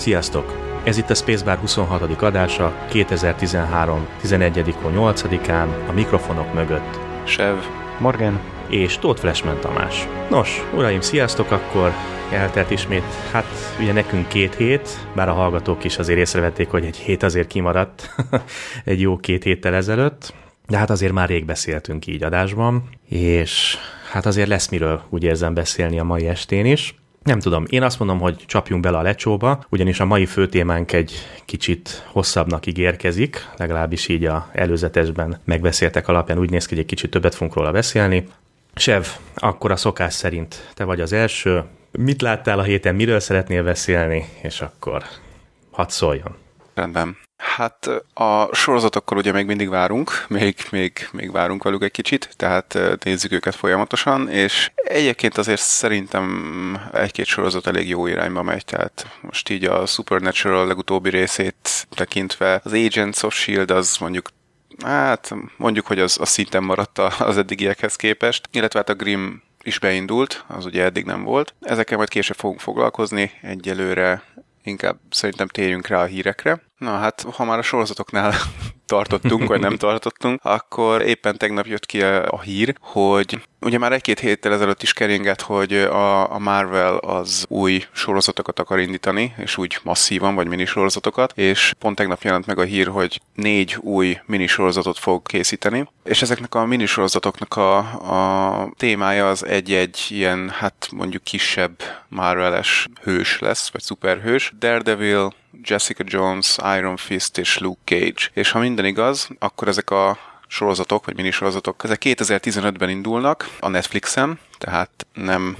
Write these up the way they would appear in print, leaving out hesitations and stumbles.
Sziasztok! Ez itt a Spacebar 26. adása 2013. 11.8-án a mikrofonok mögött Sev, Morgan és Tóth Flashman Tamás. Nos, uraim, sziasztok, akkor eltelt ismét, hát ugye nekünk 2 hét, bár a hallgatók is azért észrevették, hogy egy hét azért kimaradt egy jó 2 héttel ezelőtt, de hát azért már rég beszéltünk így adásban, és hát azért lesz miről úgy érzem beszélni a mai estén is. Nem tudom, én azt mondom, hogy csapjunk bele a lecsóba, ugyanis a mai főtémánk egy kicsit hosszabbnak ígérkezik, legalábbis így a előzetesben megbeszéltek alapján úgy néz ki, hogy egy kicsit többet fogunk róla beszélni. Sev, akkor a szokás szerint te vagy az első. Mit láttál a héten, miről szeretnél beszélni, és akkor hadd szóljon. Rendben. Hát a sorozatokkal ugye még mindig várunk, még várunk velük egy kicsit, tehát nézzük őket folyamatosan, és egyébként azért szerintem 1-2 sorozat elég jó irányba megy, tehát most így a Supernatural legutóbbi részét tekintve, az Agents of S.H.I.E.L.D. az mondjuk, hogy az szinten maradt az eddigiekhez képest, illetve hát a Grimm is beindult, az ugye eddig nem volt. Ezekkel majd később fogunk foglalkozni, egyelőre inkább szerintem térjünk rá a hírekre. Na hát, ha már a sorozatoknál tartottunk, vagy nem tartottunk, akkor éppen tegnap jött ki a hír, hogy ugye már 1-2 héttel ezelőtt is keringett, hogy a Marvel az új sorozatokat akar indítani, és úgy masszívan, vagy minisorozatokat, és pont tegnap jelent meg a hír, hogy 4 új minisorozatot fog készíteni, és ezeknek a minisorozatoknak a témája az egy-egy ilyen, hát mondjuk kisebb Marvel-es hős lesz, vagy szuperhős. Daredevil, Jessica Jones, Iron Fist és Luke Cage. És ha minden igaz, akkor ezek a sorozatok, vagy minisorozatok, ezek 2015-ben indulnak a Netflixen, tehát nem...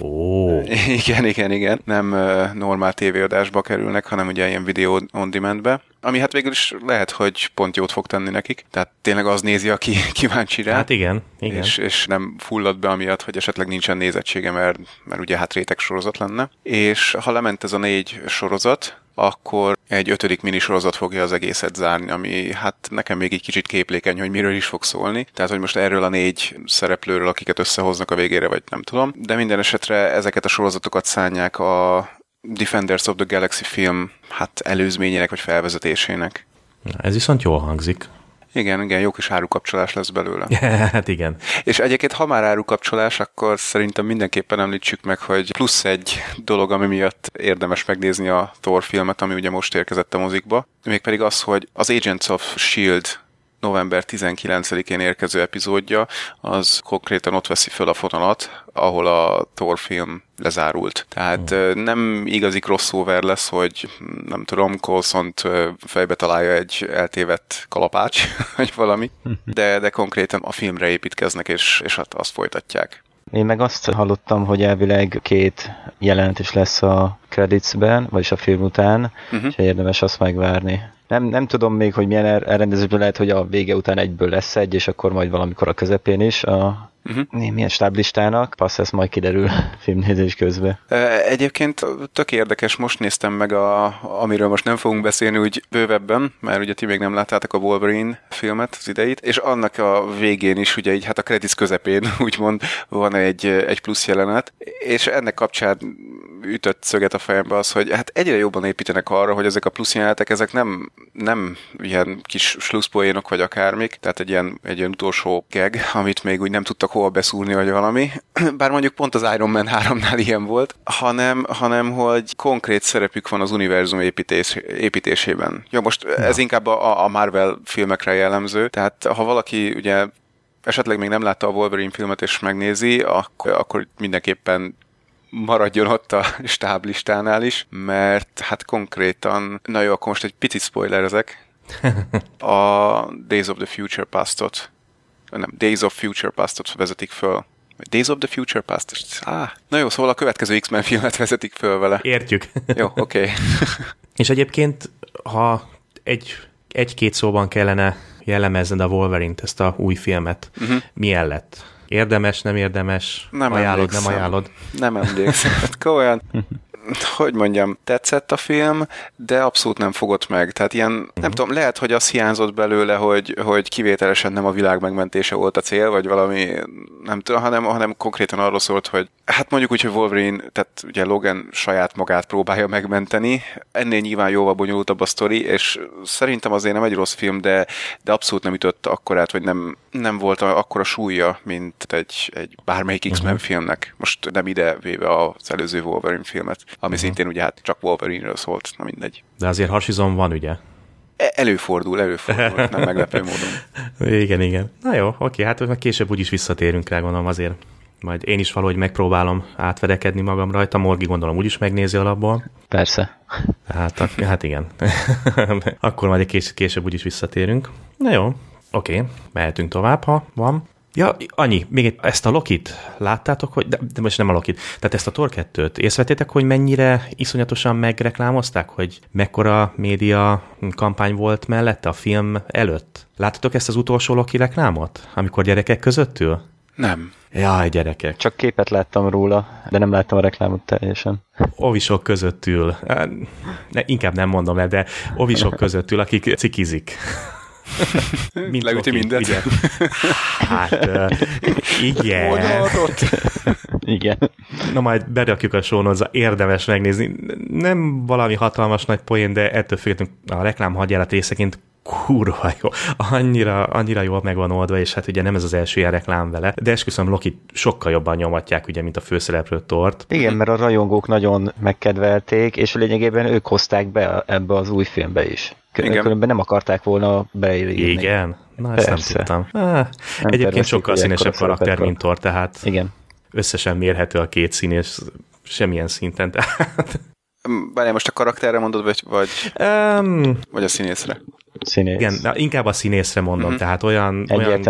Igen, nem normál tévéadásba kerülnek, hanem ugye ilyen video on demandbe, ami hát végül is lehet, hogy pont jót fog tenni nekik. Tehát tényleg az nézi, aki kíváncsi rá. Hát igen. És nem fullad be amiatt, hogy esetleg nincsen nézettsége, mert ugye hát réteg sorozat lenne. És ha lement ez a 4 sorozat, akkor egy 5. minisorozat fogja az egészet zárni, ami hát nekem még egy kicsit képlékeny, hogy miről is fog szólni. Tehát, hogy most erről a 4 szereplőről, akiket összehoznak a végére, vagy nem tudom. De minden esetre ezeket a sorozatokat szánják a Defenders of the Galaxy film előzményének, vagy felvezetésének. Ez viszont jól hangzik. Igen, jó kis árukapcsolás lesz belőle. Hát igen. És egyébként, ha már árukapcsolás, akkor szerintem mindenképpen említsük meg, hogy plusz egy dolog, ami miatt érdemes megnézni a Thor filmet, ami ugye most érkezett a mozikba. Mégpedig az, hogy az Agents of S.H.I.E.L.D. november 19-én érkező epizódja, az konkrétan ott veszi föl a fonalat, ahol a Thor film lezárult. Tehát nem igazi crossover lesz, hogy nem tudom, Coulsont fejbe találja egy eltévedt kalapács, vagy valami, de konkrétan a filmre építkeznek, és hát azt folytatják. Én meg azt hallottam, hogy elvileg 2 jelenet is lesz a creditsben, vagyis a film után, és érdemes azt megvárni. Nem tudom még, hogy milyen elrendezésben lehet, hogy a vége után egyből lesz egy, és akkor majd valamikor a közepén is a milyen stáblistának. Passz, ez majd kiderül filmnézés közben. Egyébként tök érdekes, most néztem meg, amiről most nem fogunk beszélni úgy bővebben, mert ugye ti még nem láttátok a Wolverine filmet, az ideit, és annak a végén is ugye így, hát a credits közepén úgymond van egy plusz jelenet, és ennek kapcsán ütött szöget a fejembe az, hogy hát egyre jobban építenek arra, hogy ezek a plusz jelenetek, ezek nem ilyen kis slusszpoénok vagy akármik, tehát egy ilyen utolsó gag, amit még úgy nem tudtak hova beszúrni, vagy valami. Bár mondjuk pont az Iron Man 3-nál ilyen volt, hanem hogy konkrét szerepük van az univerzum építésében. Jó, most ez inkább a Marvel filmekre jellemző, tehát ha valaki ugye esetleg még nem látta a Wolverine filmet és megnézi, akkor mindenképpen maradjon ott a stáblistánál is, mert hát konkrétan, na jó, akkor most egy picit spoilerezek, a Days of Future Past-ot vezetik föl. Days of the Future Past. Na jó, szóval a következő X-Men filmet vezetik föl vele. Értjük. Jó, oké. És egyébként, ha egy-két szóban kellene jellemezned a Wolverine-t, ezt a új filmet, milyen lett? Érdemes, nem érdemes? Nem ajánlod, emlékszem. nem ajánlod? Nem emlékszem. Komolyan. hogy mondjam, tetszett a film, de abszolút nem fogott meg. Tehát ilyen, nem tudom, lehet, hogy az hiányzott belőle, hogy kivételesen nem a világ megmentése volt a cél, vagy valami, nem tudom, hanem konkrétan arról szólt, hogy hát mondjuk úgy, hogy Wolverine, tehát ugye Logan saját magát próbálja megmenteni, ennél nyilván jóval bonyolultabb a sztori, és szerintem azért nem egy rossz film, de abszolút nem ütött akkorát, vagy nem volt akkora súlya, mint egy bármelyik X-Men filmnek. Most nem ide véve az előző Wolverine filmet, ami szintén ugye hát csak Wolverine-ről szólt, na mindegy. De azért hasizom van, ugye? Előfordul, nem meglepő módon. Igen. Na jó, oké, hát később úgyis visszatérünk rá, gondolom azért. Majd én is valahogy megpróbálom átverekedni magam rajta, Morgi gondolom úgyis megnézi alapból. Persze. Hát igen. Akkor majd később úgyis visszatérünk. Na jó, oké, mehetünk tovább, ha van. Ja, annyi, még ezt a Lokit láttátok, hogy, de most nem a Lokit, tehát ezt a Thor 2-t észrevettétek, hogy mennyire iszonyatosan megreklámozták, hogy mekkora média kampány volt mellette a film előtt? Láttatok ezt az utolsó Loki reklámot, amikor gyerekek között ül? Nem. Jaj, gyerekek. Csak képet láttam róla, de nem láttam a reklámot teljesen. Ovisok között ül. Inkább nem mondom el, de ovisok között ül, akik cikizik. Leüti mindent. Ugye? Hát, igen. Igen. Na majd berakjuk a show-notesra, érdemes megnézni. Nem valami hatalmas nagy poén, de ettől függetlenül a reklám hadjárat részeként kurva jó. Annyira jól meg van oldva, és hát ugye nem ez az első ilyen reklám vele, de esküszöm Loki sokkal jobban nyomatják, ugye, mint a főszereplő Thort. Igen, mert a rajongók nagyon megkedvelték, és lényegében ők hozták be ebbe az új filmbe is. Különben nem akarták volna beírni. Igen? Na, ezt nem tudtam. Egyébként sokkal színesebb karakter, mint Thor, tehát igen. Összesen mérhető a két színész semmilyen szinten. Tehát... Várjál, most a karakterre mondod, vagy a színészre? Színész. Igen, inkább a színészre mondom, tehát olyan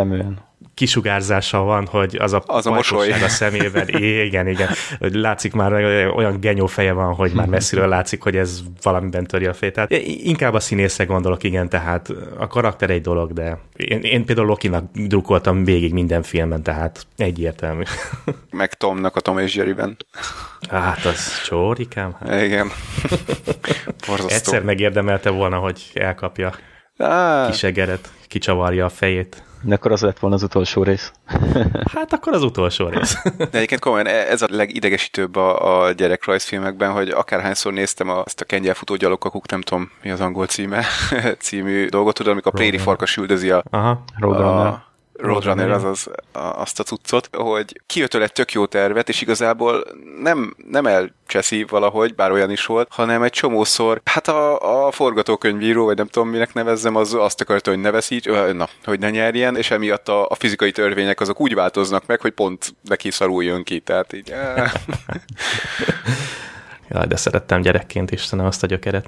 kisugárzása van, hogy az a mosoly a szemében, igen, hogy látszik már, olyan genyó feje van, hogy már messziről látszik, hogy ez valamiben törje a fejét. Tehát inkább a színészre gondolok, igen, tehát a karakter egy dolog, de én például Lokinak drukkoltam végig minden filmben, tehát egyértelmű. Meg Tomnak a Tom és Jerryben. Hát az csórikám. Hát. Igen. Borzasztó. Egyszer megérdemelte volna, hogy elkapja kisegeret, kicsavarja a fejét. De akkor az lett volna az utolsó rész. Hát akkor az utolsó rész. De egyébként komolyan ez a legidegesítőbb a gyerekrajzfilmekben, hogy akárhányszor néztem ezt a kengyelfutó gyalogkakuk, nem tudom mi az angol című dolgot, tudod, amikor a préri farkas üldözi Roadrunner, azaz azt a cuccot, hogy kiötöl egy tök jó tervet, és igazából nem elcseszi valahogy, bár olyan is volt, hanem egy csomószor, hát a forgatókönyvíró, vagy nem tudom minek nevezzem, az azt akarta, hogy ne veszíts, hogy ne nyerjen, és emiatt a fizikai törvények azok úgy változnak meg, hogy pont neki szarul jön ki, tehát így... Jaj, de szerettem gyerekként Istenem azt a gyökeret.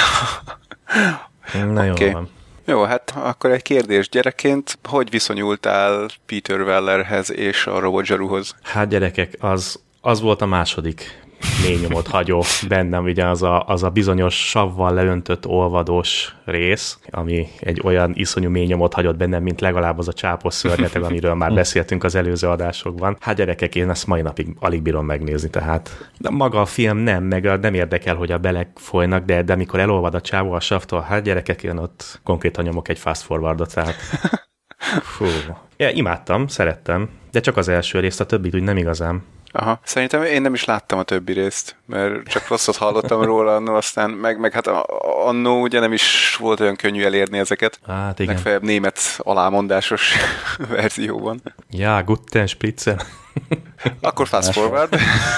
Na okay. Jó van. Jó, hát akkor egy kérdés gyerekként, hogy viszonyultál Peter Wellerhez és a Robot Zsaruhoz? Hát gyerekek, az volt a második mély nyomot hagyó bennem, ugye az a bizonyos savval leöntött olvadós rész, ami egy olyan iszonyú mély nyomot hagyott bennem, mint legalább az a csápos szörnyeteg, amiről már beszéltünk az előző adásokban. Hát gyerekek, én ezt mai napig alig bírom megnézni, tehát de maga a film nem érdekel, hogy a belek folynak, de amikor elolvad a csávó a savtól, hát gyerekek, én ott konkrétan nyomok egy fast forwardot, tehát fú. Ja, imádtam, szerettem, de csak az első részt, a többit úgy nem igazán. Aha. Szerintem én nem is láttam a többi részt, mert csak rosszat hallottam róla annól, aztán meg hát annó ugye nem is volt olyan könnyű elérni ezeket. Hát igen. Legfeljebb német alámondásos verzióban. Ja, guten Spritzer. Akkor fast forward.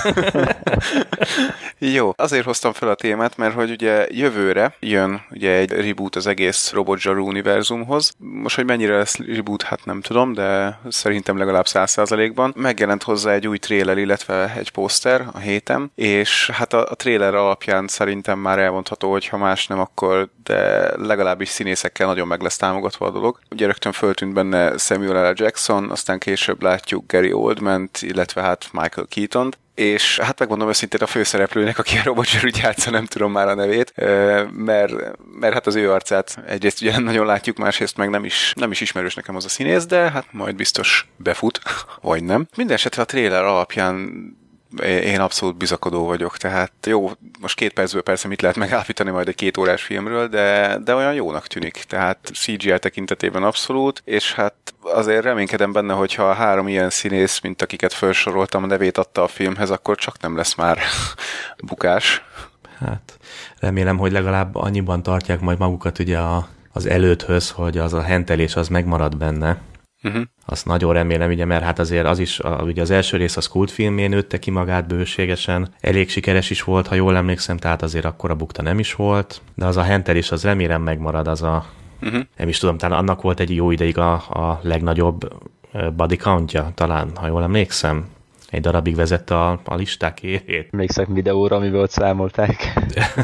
Jó, azért hoztam fel a témát, mert hogy ugye jövőre jön ugye egy reboot az egész Robot Zsaru univerzumhoz. Most, hogy mennyire lesz reboot, hát nem tudom, de szerintem legalább 100%-ban. Megjelent hozzá egy új trailer, illetve egy pószter a héten, és hát a trailer alapján szerintem már elmondható, hogy ha más nem, akkor de legalábbis színészekkel nagyon meg lesz támogatva a dolog. Ugye rögtön föltűnt benne Samuel L. Jackson, aztán később látjuk Gary Oldman-t, illetve hát Michael Keaton-t, és hát megmondom őszintén a főszereplőnek, aki a Robot Zsaru játsza, nem tudom már a nevét, mert hát az ő arcát egyrészt ugye nagyon látjuk, másrészt meg nem is ismerős nekem az a színész, de hát majd biztos befut, vagy nem. Mindenesetre a trailer alapján Én abszolút bizakodó vagyok, tehát jó, most 2 percből persze mit lehet megállapítani majd egy 2 órás filmről, de olyan jónak tűnik, tehát CGI tekintetében abszolút, és hát azért reménykedem benne, hogyha 3 ilyen színész, mint akiket felsoroltam, a nevét adta a filmhez, akkor csak nem lesz már bukás. Hát remélem, hogy legalább annyiban tartják majd magukat ugye az előthöz, hogy az a hentelés az megmarad benne. Azt nagyon remélem, ugye, mert hát azért az is, ugye az első rész az kultfilmén nőtte ki magát bőségesen, elég sikeres is volt, ha jól emlékszem, tehát azért akkora bukta nem is volt, de az a hentelés az remélem megmarad, az a, nem is tudom, talán annak volt egy jó ideig a legnagyobb body countja, talán, ha jól emlékszem. Egy darabig vezette a listák érét. Emlékszek videóra, amivel ott számolták.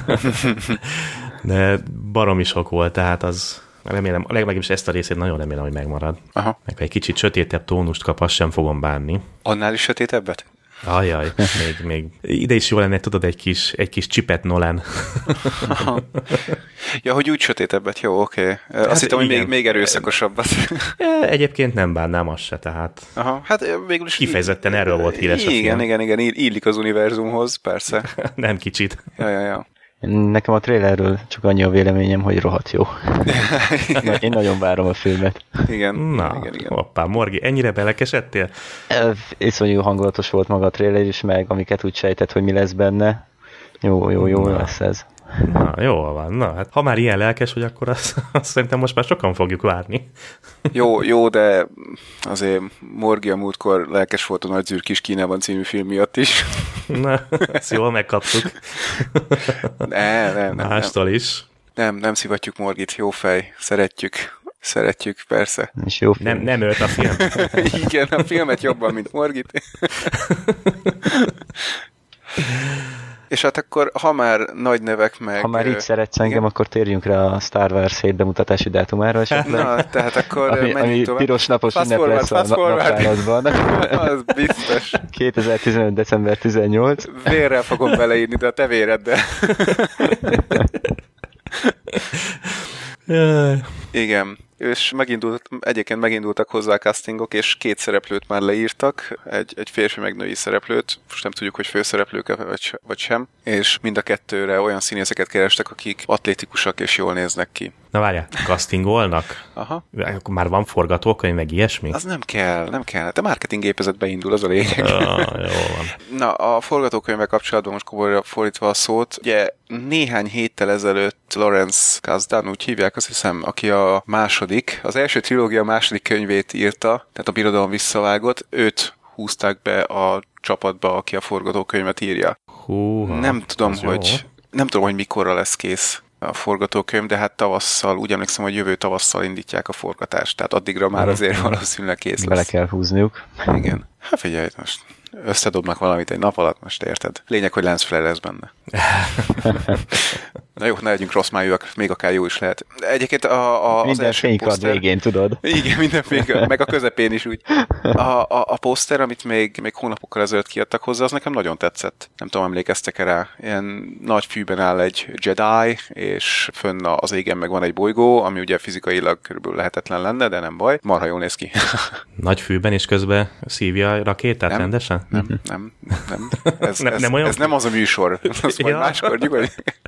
De baromi sok volt, tehát az remélem, legalábbis ezt a részét nagyon remélem, hogy megmarad. Aha. Meg ha egy kicsit sötétebb tónust kap, azt sem fogom bánni. Annál is sötétebbet? Ajaj, még ide is jó lenne, tudod, egy kis Chipet Nolan. Ja, hogy úgy sötétebbet, jó, oké. Azt hittem, hogy még erőszakosabbat. Egyébként nem bánnám azt se, tehát hát végül is kifejezetten erről volt híres a film. Igen, illik az univerzumhoz, persze. Nem kicsit. Ja. Nekem a trailerről csak annyi a véleményem, hogy rohadt jó. Én nagyon várom a filmet. Igen. Hoppá, Morgi, ennyire belekesedtél? Iszonyú hangulatos volt maga a trailer is, meg amiket úgy sejtett, hogy mi lesz benne. Jó lesz ez. Na, jól van. Na, hát ha már ilyen lelkes, hogy akkor azt szerintem most már sokan fogjuk várni. Jó, de azért Morgi a múltkor lelkes volt a Nagyzűr Kis Kínában című film miatt is. Na, ezt jól megkaptuk. Nem. Mástól is. Nem szivatjuk Morgit, jó fej, szeretjük, persze. És jó film. Nem ölt a film. Igen, a filmet jobban, mint Morgit. És hát akkor, ha már nagy nevek meg... Ha már így szeretsz engem, akkor térjünk rá a Star Wars 7 bemutatási dátumára esetleg. Na, tehát akkor ami piros napos ünnep lesz a napjáratban. Az biztos. 2015. december 18. Vérrel fogom beleírni, de a te véreddel. Igen. És egyébként megindultak hozzá a castingok, és 2 szereplőt már leírtak, egy férfi meg női szereplőt, most nem tudjuk, hogy főszereplők vagy sem, és mind a 2-re olyan színészeket kerestek, akik atlétikusak és jól néznek ki. Na várjál, castingolnak? Aha. Akkor már van forgatókönyv, meg ilyesmi? Az nem kell. De marketing gépezet beindul, az a lényeg. Jól van. Na, a forgatókönyvvel kapcsolatban most komolyra fordítva a szót, ugye néhány héttel ezelőtt Lawrence Kasdan, úgy hívják, azt hiszem, aki az első trilógia második könyvét írta, tehát a Birodalom visszavágott, őt húzták be a csapatba, aki a forgatókönyvet írja. Húha, nem tudom, hogy mikorra lesz kész a forgatókönyv, de hát tavasszal, úgy emlékszem, hogy jövő tavasszal indítják a forgatást, tehát addigra már azért valószínűleg kész lesz. Bele kell húzniuk. Igen. Hát figyelj, most összedobnak valamit egy nap alatt, most érted. Lényeg, hogy Lance Flair lesz benne. Na jó, ne legyünk rossz májúak, még akár jó is lehet. Egyébként minden fénykard végén, tudod? Igen, minden fénykard, meg a közepén is úgy. A poszter, amit még hónapokkal ezelőtt kiadtak hozzá, az nekem nagyon tetszett. Nem tudom, emlékeztek-e rá. Ilyen nagy fűben áll egy Jedi, és fönn az égen meg van egy bolygó, ami ugye fizikailag körülbelül lehetetlen lenne, de nem baj. Marha jól néz ki. Nagy fűben, és közben szívja a rakétát rendesen? Nem. Ez nem az a műsor. Azt majd máskor nyugodj.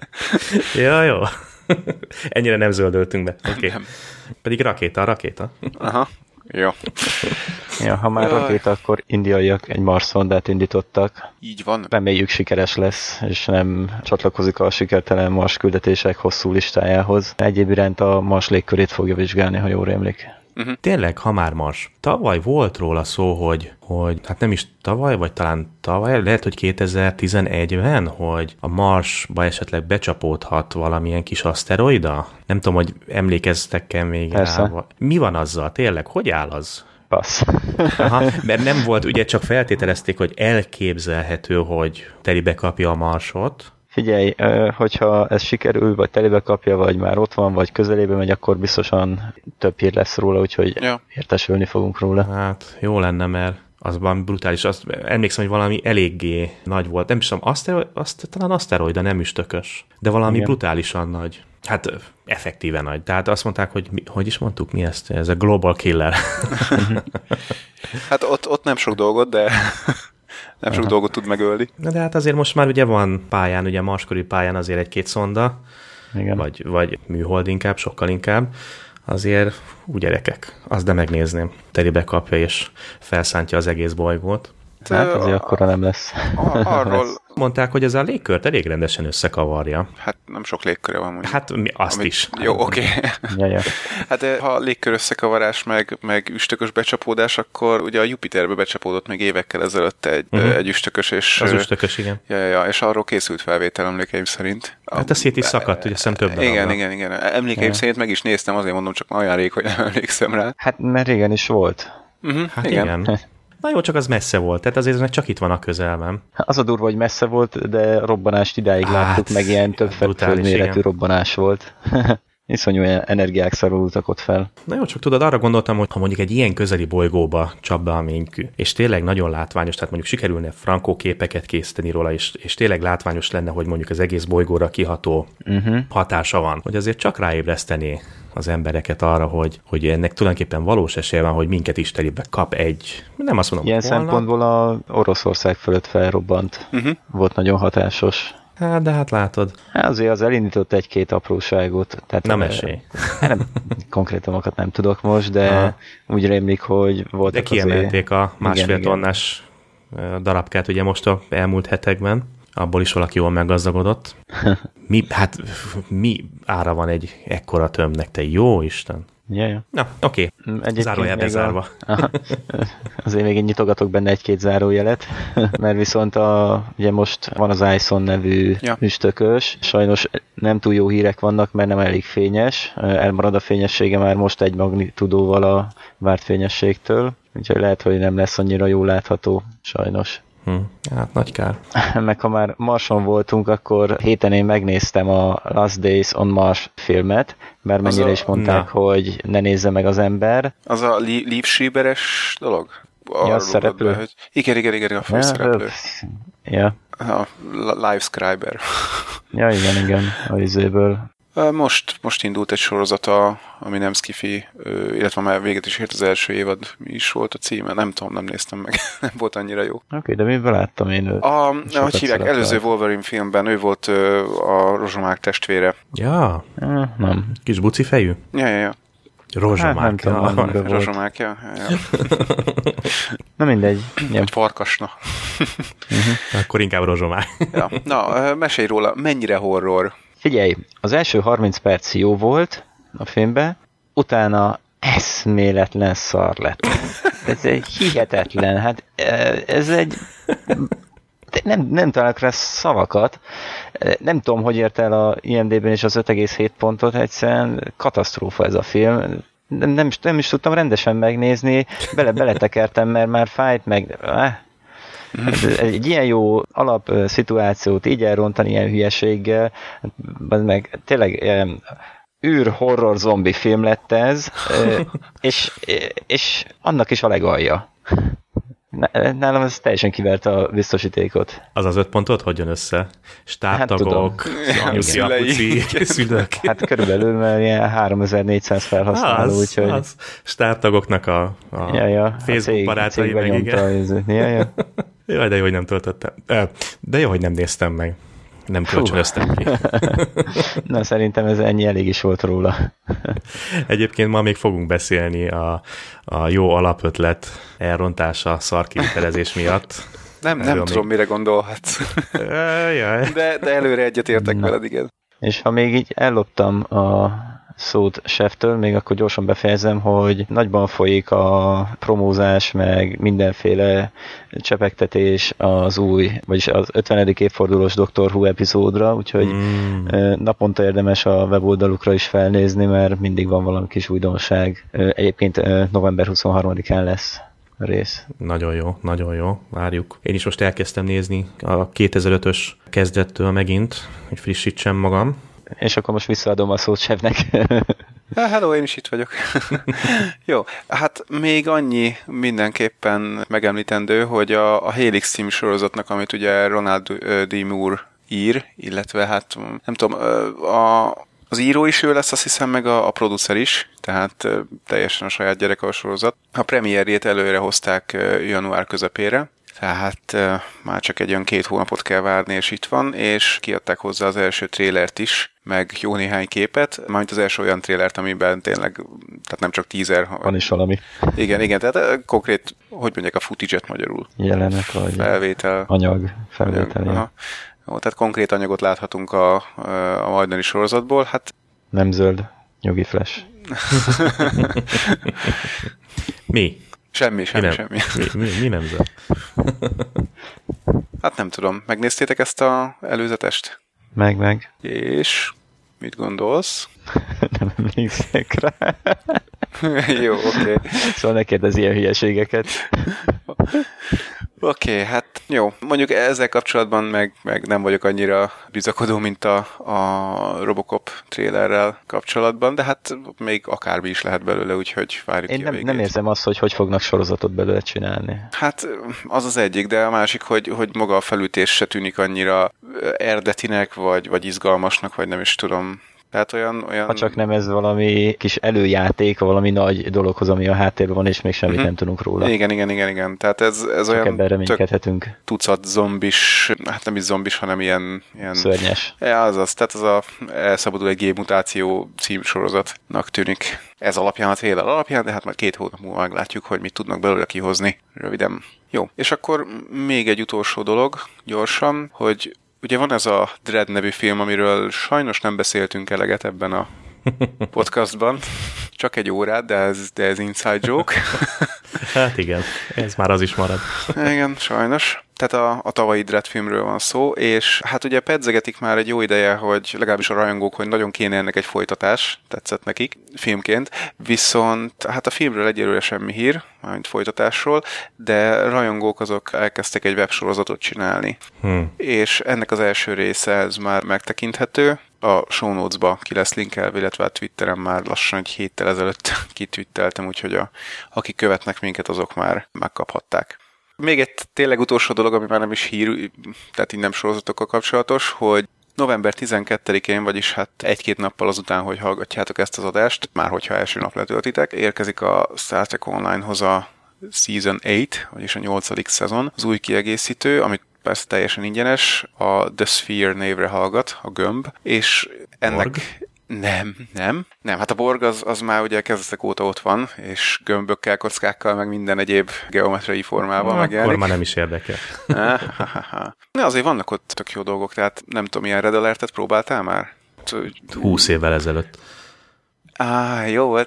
Jó. Ennyire nem zöldöltünk be. Okay. Pedig rakéta. Aha. Jó. Ja, ha már rakéta, akkor indiaiak egy Mars-szondát indítottak. Így van. Reméljük sikeres lesz, és nem csatlakozik a sikertelen Mars küldetések hosszú listájához. Egyéb iránt a Mars légkörét fogja vizsgálni, ha jól rémlik. Tényleg, ha már Mars. Tavaly volt róla szó, hogy hát nem is tavaly, vagy talán tavaly, lehet, hogy 2011-ben, hogy a Marsba esetleg becsapódhat valamilyen kis aszteroida? Nem tudom, hogy emlékeztek-e még rá. Mi van azzal? Tényleg? Hogy áll az? Passz. Aha, mert nem volt, ugye csak feltételezték, hogy elképzelhető, hogy telibe kapja a Marsot. Figyelj, hogyha ez sikerül, vagy telibe kapja, vagy már ott van, vagy közelébe megy, akkor biztosan több hír lesz róla, úgyhogy értesülni fogunk róla. Hát jó lenne, mert az valami brutális. Azt emlékszem, hogy valami eléggé nagy volt. Nem is tudom, talán aszteroida, nem üstökös, de valami brutálisan nagy. Hát effektíven nagy. Tehát azt mondták, hogy is mondtuk, mi ezt? Ez a Global Killer. Hát ott nem sok dolgot, de Nem sok dolgot tud megölni. Na de hát azért most már ugye van pályán, ugye marskori pályán azért egy-két szonda, Igen. Vagy műhold inkább, sokkal inkább. Azért úgy gyerekek, azt de megnézném. Telibe kapja és felszántja az egész bolygót. Hát azért akkora nem lesz. Arról... Mondták, hogy ez a légkört elég rendesen összekavarja. Hát nem sok légköre van mondjuk. Hát azt is. Jó, oké. Ja. Hát ha légkör összekavarás, meg üstökös becsapódás, akkor ugye a Jupiterbe becsapódott még évekkel ezelőtt egy üstökös, és... Az üstökös, igen. Ja, és arról készült felvétel emlékeim szerint. Hát a szét is szakadt, ugye szem több darabra. Igen. Emlékeim szerint meg is néztem, azért mondom, csak olyan rég, hogy nem emlékszem rá. Hát mert régen is volt. Hát igen. Na jó, csak az messze volt, tehát azért csak itt van a közelben. Az a durva, hogy messze volt, de robbanást idáig láttuk, meg ilyen több földméretű robbanás volt. Iszonyú energiák szorultak ott fel. Na jó, csak tudod, arra gondoltam, hogy ha mondjuk egy ilyen közeli bolygóba csap be a ménykű, és tényleg nagyon látványos, tehát mondjuk sikerülne frankó képeket készíteni róla, és tényleg látványos lenne, hogy mondjuk az egész bolygóra kiható hatása van, hogy azért csak ráébresztené az embereket arra, hogy ennek tulajdonképpen valós esélye van, hogy minket is telibe kap egy, nem azt mondom, ilyen holnap. szempontból a Oroszország fölött felrobbant. Volt nagyon hatásos. Hát, de hát látod. Hát azért az elindított egy-két apróságot. Tehát nem esély. Nem, konkrétumokat nem tudok most, de úgy rémlik, hogy voltak de kiemelték a másfél tonnás darabkát ugye most a elmúlt hetekben. Abból is valaki jól meggazdagodott. Mi ára van egy ekkora tömbnek, te jó Isten? Ja. Na, oké. Zárójel bezárva. Azért még én nyitogatok benne egy-két zárójelet, mert viszont ugye most van az Ison nevű üstökös. Sajnos nem túl jó hírek vannak, mert nem elég fényes. Elmarad a fényessége már most egy magnitudóval a várt fényességtől, úgyhogy lehet, hogy nem lesz annyira jól látható, sajnos. Hát nagy kár. Meg ha már Marson voltunk, akkor héten én megnéztem a Last Days on Mars filmet, mert mennyire is mondták, hogy ne nézze meg az ember. Az a Liev Schreiber-es dolog? Ja, a szereplő. Be, hogy... Igen, a főszereplő. Ja. A Live Schreiber. Ja, igen, a izéből. Most indult egy sorozata, ami nem skifi, illetve már véget is ért az első évad, mi is volt a címe, nem tudom, nem néztem meg, nem volt annyira jó. Oké, de miből láttam én őt? Ahogy hívják, előző Wolverine filmben ő volt a Rozsomák testvére. Ja, nem. Kis buci fejű? Ja. Rozsomák. Rozsomák, ja. Na mindegy. Vagy farkasna. Akkor inkább rozsomák. Ja. Na, mesélj róla, mennyire horror? Figyelj, az első 30 perc jó volt a filmben, utána eszméletlen szar lett. Ez egy hihetetlen, hát ez egy... Nem találok rá szavakat. Nem tudom, hogy ért el a IMDb-ben is az 5,7 pontot, egyszerűen katasztrófa ez a film. Nem is tudtam rendesen megnézni, beletekertem, mert már fájt, meg... Egy ilyen jó alapszituációt így elrontani ilyen hülyeséggel, meg tényleg horror zombi film lett ez, és annak is a legalja. Nálam ez teljesen kivert a biztosítékot. Az az 5 pontot hogy jön össze? Stártagok, anyuszi, apuci, szülők. Hát körülbelül, mert ilyen 3400 felhasználó, úgyhogy... Az. Stártagoknak a Facebook barátai meg, igen. Jaj, de jó, hogy nem töltöttem. De jó, hogy nem néztem meg. Nem kölcsönöztem ki. Na, szerintem ez ennyi elég is volt róla. Egyébként ma még fogunk beszélni a jó alapötlet elrontása szarkivitelezés miatt. Nem tudom, mire gondolhatsz. De előre egyetértek veled, igen. És ha még így elloptam a szót Chef-től, még akkor gyorsan befejezem, hogy nagyban folyik a promózás, meg mindenféle csepegtetés az új, vagyis az 50. évfordulós Doctor Who epizódra, úgyhogy naponta érdemes a weboldalukra is felnézni, mert mindig van valami kis újdonság. Egyébként november 23-án lesz a rész. Nagyon jó, várjuk. Én is most elkezdtem nézni a 2005-ös kezdettől megint, hogy frissítsem magam. És akkor most visszaadom a szót Chefnek. Hello, én is itt vagyok. Jó, hát még annyi mindenképpen megemlítendő, hogy a Helix című sorozatnak, amit ugye Ronald D. Moore ír, illetve hát nem tudom, az író is ő lesz, azt hiszem, meg a producer is, tehát teljesen a saját gyereke a sorozat. A premierjét előre hozták január közepére. tehát már csak egy olyan 2 hónapot kell várni, és itt van, és kiadták hozzá az első trélert is, meg jó néhány képet, mármint az első olyan trélert, amiben tényleg, tehát nem csak teaser. Van is valami. Igen, tehát konkrét, hogy mondják a footage-et magyarul? Jelenet vagy felvétel. Anyag, felvétel. Aha. Jó, tehát konkrét anyagot láthatunk a majdani sorozatból, hát... Nem zöld, nyugi flash. Mi? Semmi. Mi nem zöld? Hát nem tudom. Megnéztétek ezt az előzetest? Meg. És mit gondolsz? Nem emlékszek rá. Jó, oké. Szóval ne kérdezz ilyen hülyeségeket. Oké, hát jó. Mondjuk ezzel kapcsolatban meg nem vagyok annyira bizakodó, mint a Robocop trailerrel kapcsolatban, de hát még akármi is lehet belőle, úgyhogy várjuk ki a végét. Nem érzem azt, hogy fognak sorozatot belőle csinálni. Hát az az egyik, de a másik, hogy maga a felütés se tűnik annyira eredetinek, vagy izgalmasnak, vagy nem is tudom. Tehát olyan... Ha csak nem ez valami kis előjáték, valami nagy dologhoz, ami a háttérben van, és még semmit nem tudunk róla. Igen. Tehát ez olyan... Ebben reménykedhetünk. Tucat zombis, hát nem is zombis, hanem ilyen... Szörnyes. Azaz, tehát ez a Elszabadul egy gépmutáció címsorozatnak tűnik. Ez alapján, a trailer alapján, de hát már 2 hónap múlva meglátjuk, hogy mit tudnak belőle kihozni. Röviden. Jó. És akkor még egy utolsó dolog, gyorsan, hogy ugye van ez a Dread nevű film, amiről sajnos nem beszéltünk eleget ebben a podcastban. Csak 1 órát, de ez inside joke. Hát igen, ez már az is marad. Igen, sajnos. Tehát a tavalyi Dread filmről van szó, és hát ugye pedzegetik már egy jó ideje, hogy legalábbis a rajongók, hogy nagyon kéne ennek egy folytatás, tetszett nekik filmként, viszont hát a filmről egyelőre semmi hír, mármint folytatásról, de rajongók azok elkezdtek egy websorozatot csinálni. És ennek az első része ez már megtekinthető, a show notes-ba ki lesz linkelve, illetve a Twitteren már lassan egy héttel ezelőtt kitwitteltem, úgyhogy akik követnek minket, azok már megkaphatták. Még egy tényleg utolsó dolog, ami már nem is hír, tehát így nem sorozatokkal kapcsolatos, hogy november 12-én, vagyis hát 1-2 nappal azután, hogy hallgatjátok ezt az adást, már hogyha első nap letöltitek, érkezik a Star Trek Online-hoz a Season 8, vagyis a 8. szezon, az új kiegészítő, amit persze teljesen ingyenes, a The Sphere névre hallgat, a gömb, és ennek... Borg? Nem, hát a Borg az már ugye kezdetek óta ott van, és gömbökkel, kockákkal, meg minden egyéb geometriai formában megjelenik. Akkor már nem is érdekel. Ne, azért vannak ott tök jó dolgok, tehát nem tudom, ilyen Red Alertet próbáltál már? 20 évvel ezelőtt. Jó volt.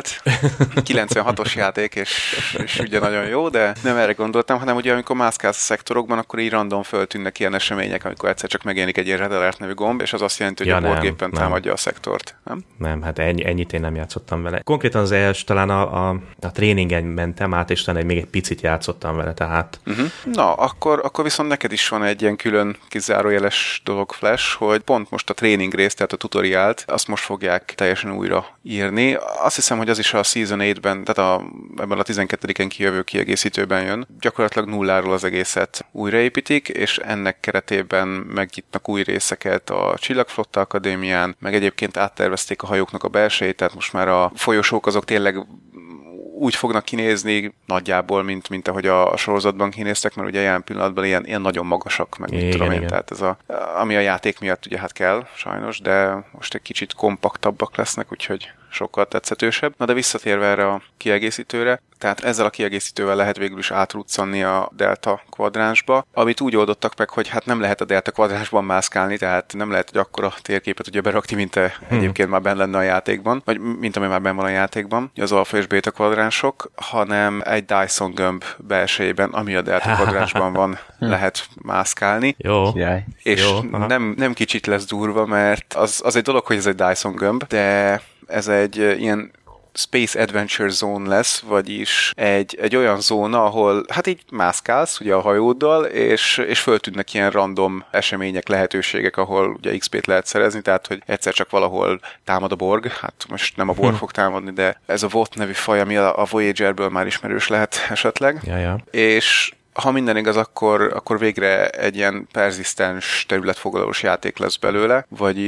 96-os játék, és ugye nagyon jó, de nem erre gondoltam, hanem ugye amikor mászkálsz a szektorokban, akkor így random föltűnnek ilyen események, amikor egyszer csak megjelenik egy ilyen Red Alert nevű gomb, és az azt jelenti, hogy a Borg éppen támadja a szektort, nem? Nem, hát ennyit én nem játszottam vele. Konkrétan az első, talán a tréningen mentem át, és talán még egy picit játszottam vele, tehát... Na, akkor viszont neked is van egy ilyen külön kizárójeles dolog, Flash, hogy pont most a tréning részt, tehát a tutoriált, azt most fogják teljesen újra írni. Azt hiszem, hogy az is a Season 8-ben, tehát ebben a 12-en kijövő kiegészítőben jön. Gyakorlatilag nulláról az egészet újraépítik, és ennek keretében megnyitnak új részeket a Csillagflotta Akadémián, meg egyébként áttervezték a hajóknak a belsejét, tehát most már a folyosók azok tényleg úgy fognak kinézni nagyjából, mint ahogy a sorozatban kinéztek, mert ugye ilyen pillanatban ilyen nagyon magasak, meg mit tudom én, tehát ez ami a játék miatt ugye hát kell, sajnos, de most egy kicsit kompaktabbak lesznek, úgyhogy sokkal tetszetősebb. Na de visszatérve erre a kiegészítőre, tehát ezzel a kiegészítővel lehet végül is átruccanni a Delta kvadránsba, amit úgy oldottak meg, hogy hát nem lehet a Delta kvadránsban mászkálni, tehát nem lehet, hogy akkora térképet ugye berakni, mint egyébként már benne lenne a játékban, vagy mint ami már benne van a játékban, az alfa és beta kvadránsok, hanem egy Dyson gömb belsejében, ami a Delta kvadránsban van, lehet mászkálni. Jó. És jó, nem kicsit lesz durva, mert az egy dolog, hogy ez egy Dyson gömb, de ez egy ilyen Space Adventure Zone lesz, vagyis egy olyan zóna, ahol hát így mászkálsz ugye a hajóddal, és föltűnnek ilyen random események, lehetőségek, ahol ugye XP-t lehet szerezni, tehát hogy egyszer csak valahol támad a Borg, hát most nem a Borg fog támadni, de ez a VOT nevű faj, ami a Voyagerből már ismerős lehet esetleg. Ja. És ha minden igaz, akkor végre egy ilyen perzisztens területfoglalós játék lesz belőle, vagyis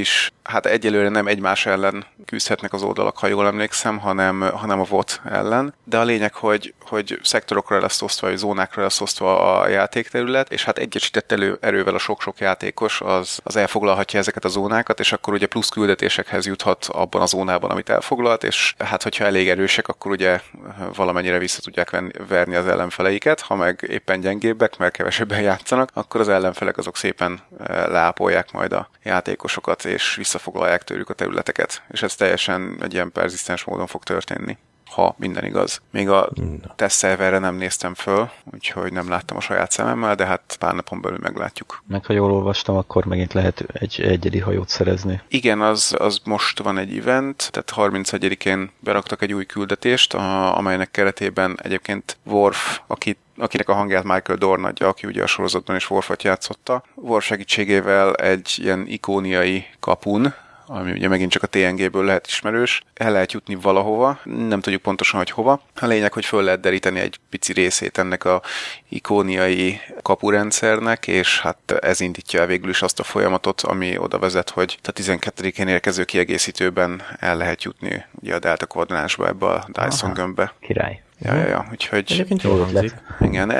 hát egyelőre nem egymás ellen küzdhetnek az oldalak, ha jól emlékszem, hanem a VOT ellen. De a lényeg, hogy szektorokra lesz osztva, vagy zónákra lesz osztva a játékterület, és hát egyesített erővel a sok-sok játékos az elfoglalhatja ezeket a zónákat, és akkor ugye plusz küldetésekhez juthat abban a zónában, amit elfoglalt, és hát hogyha elég erősek, akkor ugye valamennyire vissza tudják verni az ellenfeleiket, ha meg éppen gyengébbek, mert kevesebben játszanak, akkor az ellenfelek azok szépen leápolják majd a játékosokat, és visszafoglalják tőlük a területeket. És ez teljesen egy ilyen perzisztens módon fog történni, ha minden igaz. Még a tesztszerverre nem néztem föl, úgyhogy nem láttam a saját szememmel, de hát pár napon belül meglátjuk. Meg ha jól olvastam, akkor megint lehet egy egyedi hajót szerezni. Igen, az most van egy event, tehát 31-én beraktak egy új küldetést, amelynek keretében egyébként Worf, akinek a hangját Michael Dorn adja, aki ugye a sorozatban is Worfot játszotta. Worf segítségével egy ilyen ikóniai kapun, ami ugye megint csak a TNG-ből lehet ismerős, el lehet jutni valahova, nem tudjuk pontosan, hogy hova. A lényeg, hogy föl lehet deríteni egy pici részét ennek a ikóniai kapurendszernek, és hát ez indítja el végül is azt a folyamatot, ami oda vezet, hogy a 12-én érkező kiegészítőben el lehet jutni ugye a Delta kvadránsba, ebbe a Dyson gömbbe. Király. Ja, úgyhogy... Egyébként jól hangzik. Igen,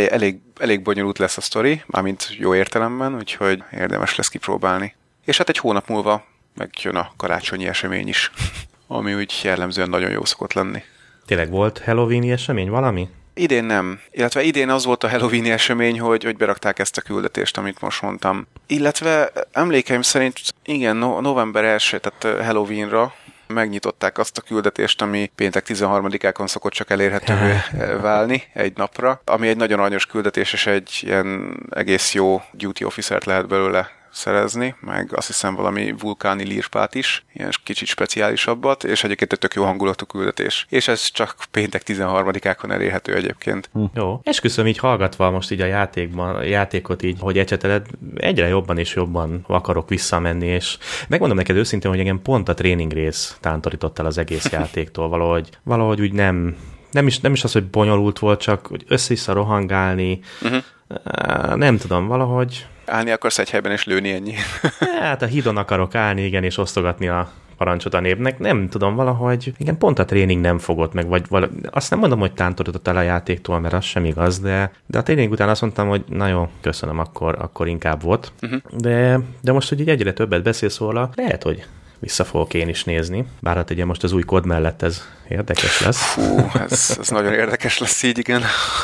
elég bonyolult lesz a sztori, mármint jó értelemben, úgyhogy érdemes lesz kipróbálni. És hát egy hónap múlva megjön a karácsonyi esemény is, ami úgy jellemzően nagyon jó szokott lenni. Tényleg volt Halloween-i esemény valami? Idén nem. Illetve idén az volt a Halloween-i esemény, hogy berakták ezt a küldetést, amit most mondtam. Illetve emlékeim szerint igen, november 1, tehát Halloweenra megnyitották azt a küldetést, ami péntek 13-ákon szokott csak elérhetővé válni egy napra, ami egy nagyon aranyos küldetés, és egy ilyen egész jó duty officert lehet belőle szerezni, meg azt hiszem valami vulkáni lírpát is, ilyen kicsit speciálisabbat, és egyébként egy tök jó hangulatú küldetés. És ez csak péntek 13-ákon elérhető egyébként. Jó. Esküszöm, így hallgatva most így a játékot így, hogy ecseteled, egyre jobban és jobban akarok visszamenni, és megmondom neked őszintén, hogy engem pont a tréning rész tántorított el az egész játéktól, valahogy úgy nem is az, hogy bonyolult volt, csak hogy össze-vissza rohangálni, nem tudom, valahogy... Állni akarsz egy helyben és lőni ennyi? Hát a hídon akarok állni, igen, és osztogatni a parancsot a népnek. Nem tudom, valahogy, igen, pont a tréning nem fogott meg, vagy azt nem mondom, hogy tántorított el a játéktól, mert az sem igaz, de a tréning után azt mondtam, hogy na jó, köszönöm, akkor inkább volt. De most, hogy így egyre többet beszélsz róla, lehet, hogy vissza fogok én is nézni. Bár hát ugye most az új kód mellett ez érdekes lesz. Fú, ez nagyon érdekes lesz így, igen.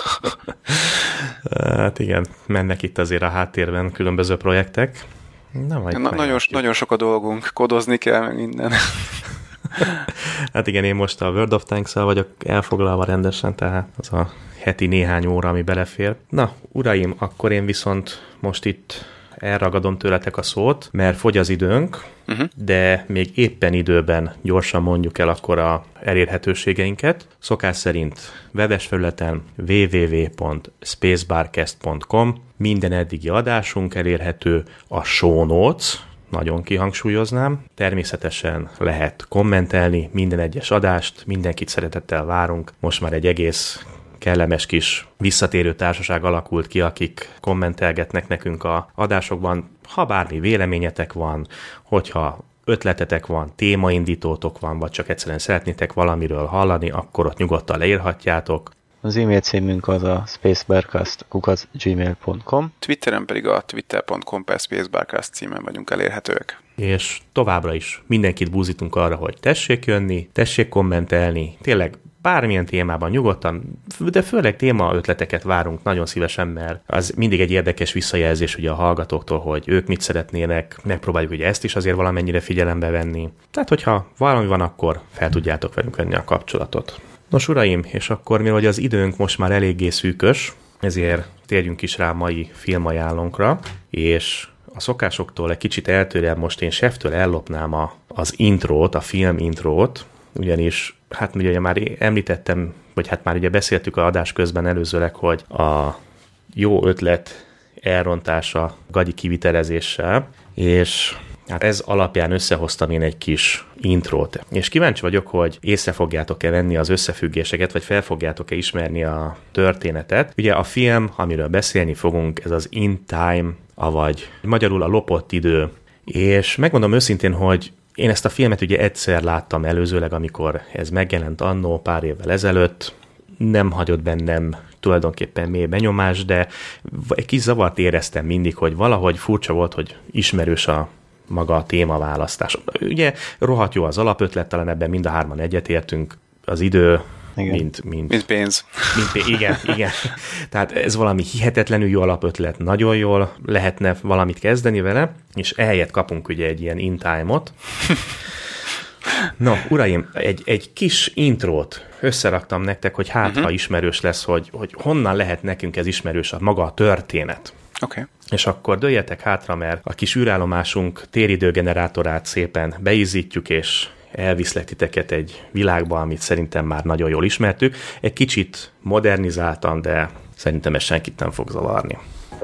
Hát igen, mennek itt azért a háttérben különböző projektek. Nagyon sok a dolgunk, kodozni kell, meg minden. Hát igen, én most a World of Tanks-el vagyok elfoglalva rendesen, tehát az a heti néhány óra, ami belefér. Na, uraim, akkor én viszont most itt elragadom tőletek a szót, mert fogy az időnk, de még éppen időben gyorsan mondjuk el akkor a elérhetőségeinket. Szokás szerint webes felületen www.spacebarcast.com, minden eddigi adásunk elérhető, a show notes, nagyon kihangsúlyoznám. Természetesen lehet kommentelni minden egyes adást, mindenkit szeretettel várunk. Most már egy egész kellemes kis visszatérő társaság alakult ki, akik kommentelgetnek nekünk a adásokban. Ha bármi véleményetek van, hogyha ötletetek van, témaindítótok van, vagy csak egyszerűen szeretnétek valamiről hallani, akkor ott nyugodtan leírhatjátok. Az e-mail címünk az a spacebarcast@gmail.com. Twitteren pedig a twitter.com/spacebarcast címen vagyunk elérhetőek. És továbbra is mindenkit búzítunk arra, hogy tessék jönni, tessék kommentelni, tényleg bármilyen témában nyugodtan, de főleg téma ötleteket várunk nagyon szívesen, mert az mindig egy érdekes visszajelzés ugye a hallgatóktól, hogy ők mit szeretnének, megpróbáljuk ugye ezt is azért valamennyire figyelembe venni. Tehát, hogyha valami van, akkor fel tudjátok velünk venni a kapcsolatot. Nos, uraim, és akkor mivel az időnk most már eléggé szűkös, ezért térjünk is rá a mai filmajánlónkra, és a szokásoktól egy kicsit eltérően most én Chef-től ellopnám az intrót, a film intrót, ugyanis hát ugye már említettem, vagy hát már ugye beszéltük a adás közben előzőleg, hogy a jó ötlet elrontása gagyi kivitelezéssel, és hát ez alapján összehoztam én egy kis intrót. És kíváncsi vagyok, hogy észre fogjátok-e venni az összefüggéseket, vagy fel fogjátok-e ismerni a történetet. Ugye a film, amiről beszélni fogunk, ez az In Time, avagy magyarul a lopott idő És megmondom őszintén, hogy én ezt a filmet ugye egyszer láttam előzőleg, amikor ez megjelent annó pár évvel ezelőtt, nem hagyott bennem tulajdonképpen mély benyomás, de egy kis zavart éreztem mindig, hogy valahogy furcsa volt, hogy ismerős a maga a témaválasztás. Ugye rohadt jó az alapötlet, talán ebben mind a hárman egyetértünk, az idő, mint pénz. Igen. Tehát ez valami hihetetlenül jó alapötlet, nagyon jól lehetne valamit kezdeni vele, és ehelyett kapunk ugye egy ilyen in-time-ot. No, uraim, egy kis intrót összeraktam nektek, hogy ha ismerős lesz, hogy honnan lehet nekünk ez ismerős, maga a történet. Okay. És akkor dőljetek hátra, mert a kis űrállomásunk téridőgenerátorát szépen beízítjuk, és elviszlek titeket egy világba, amit szerintem már nagyon jól ismertük. Egy kicsit modernizáltan, de szerintem ez senkit nem fog zavarni.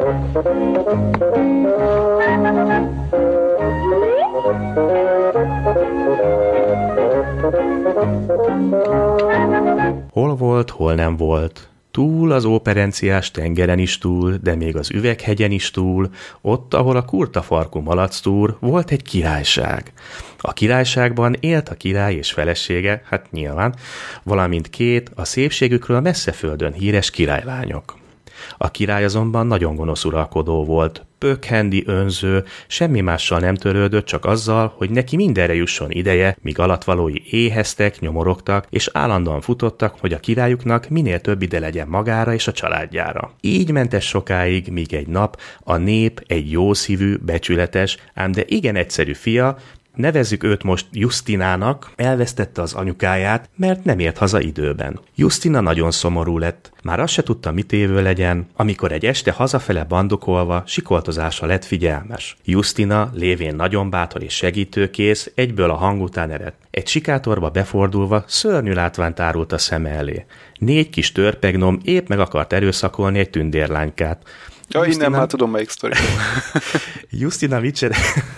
Hol volt, hol nem volt. Túl az óperenciás tengeren is túl, de még az üveghegyen is túl, ott, ahol a kurtafarkú malactúr, volt egy királyság. A királyságban élt a király és felesége, hát nyilván, valamint két a szépségükről messze földön híres királylányok. A király azonban nagyon gonosz uralkodó volt, pökhendi, önző, semmi mással nem törődött, csak azzal, hogy neki mindenre jusson ideje, míg alatvalói éheztek, nyomorogtak, és állandóan futottak, hogy a királyuknak minél több ide legyen magára és a családjára. Így ment ez sokáig, míg egy nap a nép egy jószívű, becsületes, ám de igen egyszerű fia, nevezzük őt most Justinának, elvesztette az anyukáját, mert nem ért haza időben. Justina nagyon szomorú lett. Már azt se tudta, mit évő legyen, amikor egy este hazafele bandukolva, sikoltozásra lett figyelmes. Justina, lévén nagyon bátor és segítőkész, egyből a hang után eredt. Egy sikátorba befordulva szörnyű látványt tárult a szeme elé. 4 kis törpegnom épp meg akart erőszakolni egy tündérlánykát. Ja, innen már tudom, melyik sztori. Justina mit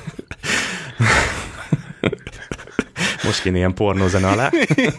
most kéne ilyen pornózene alá.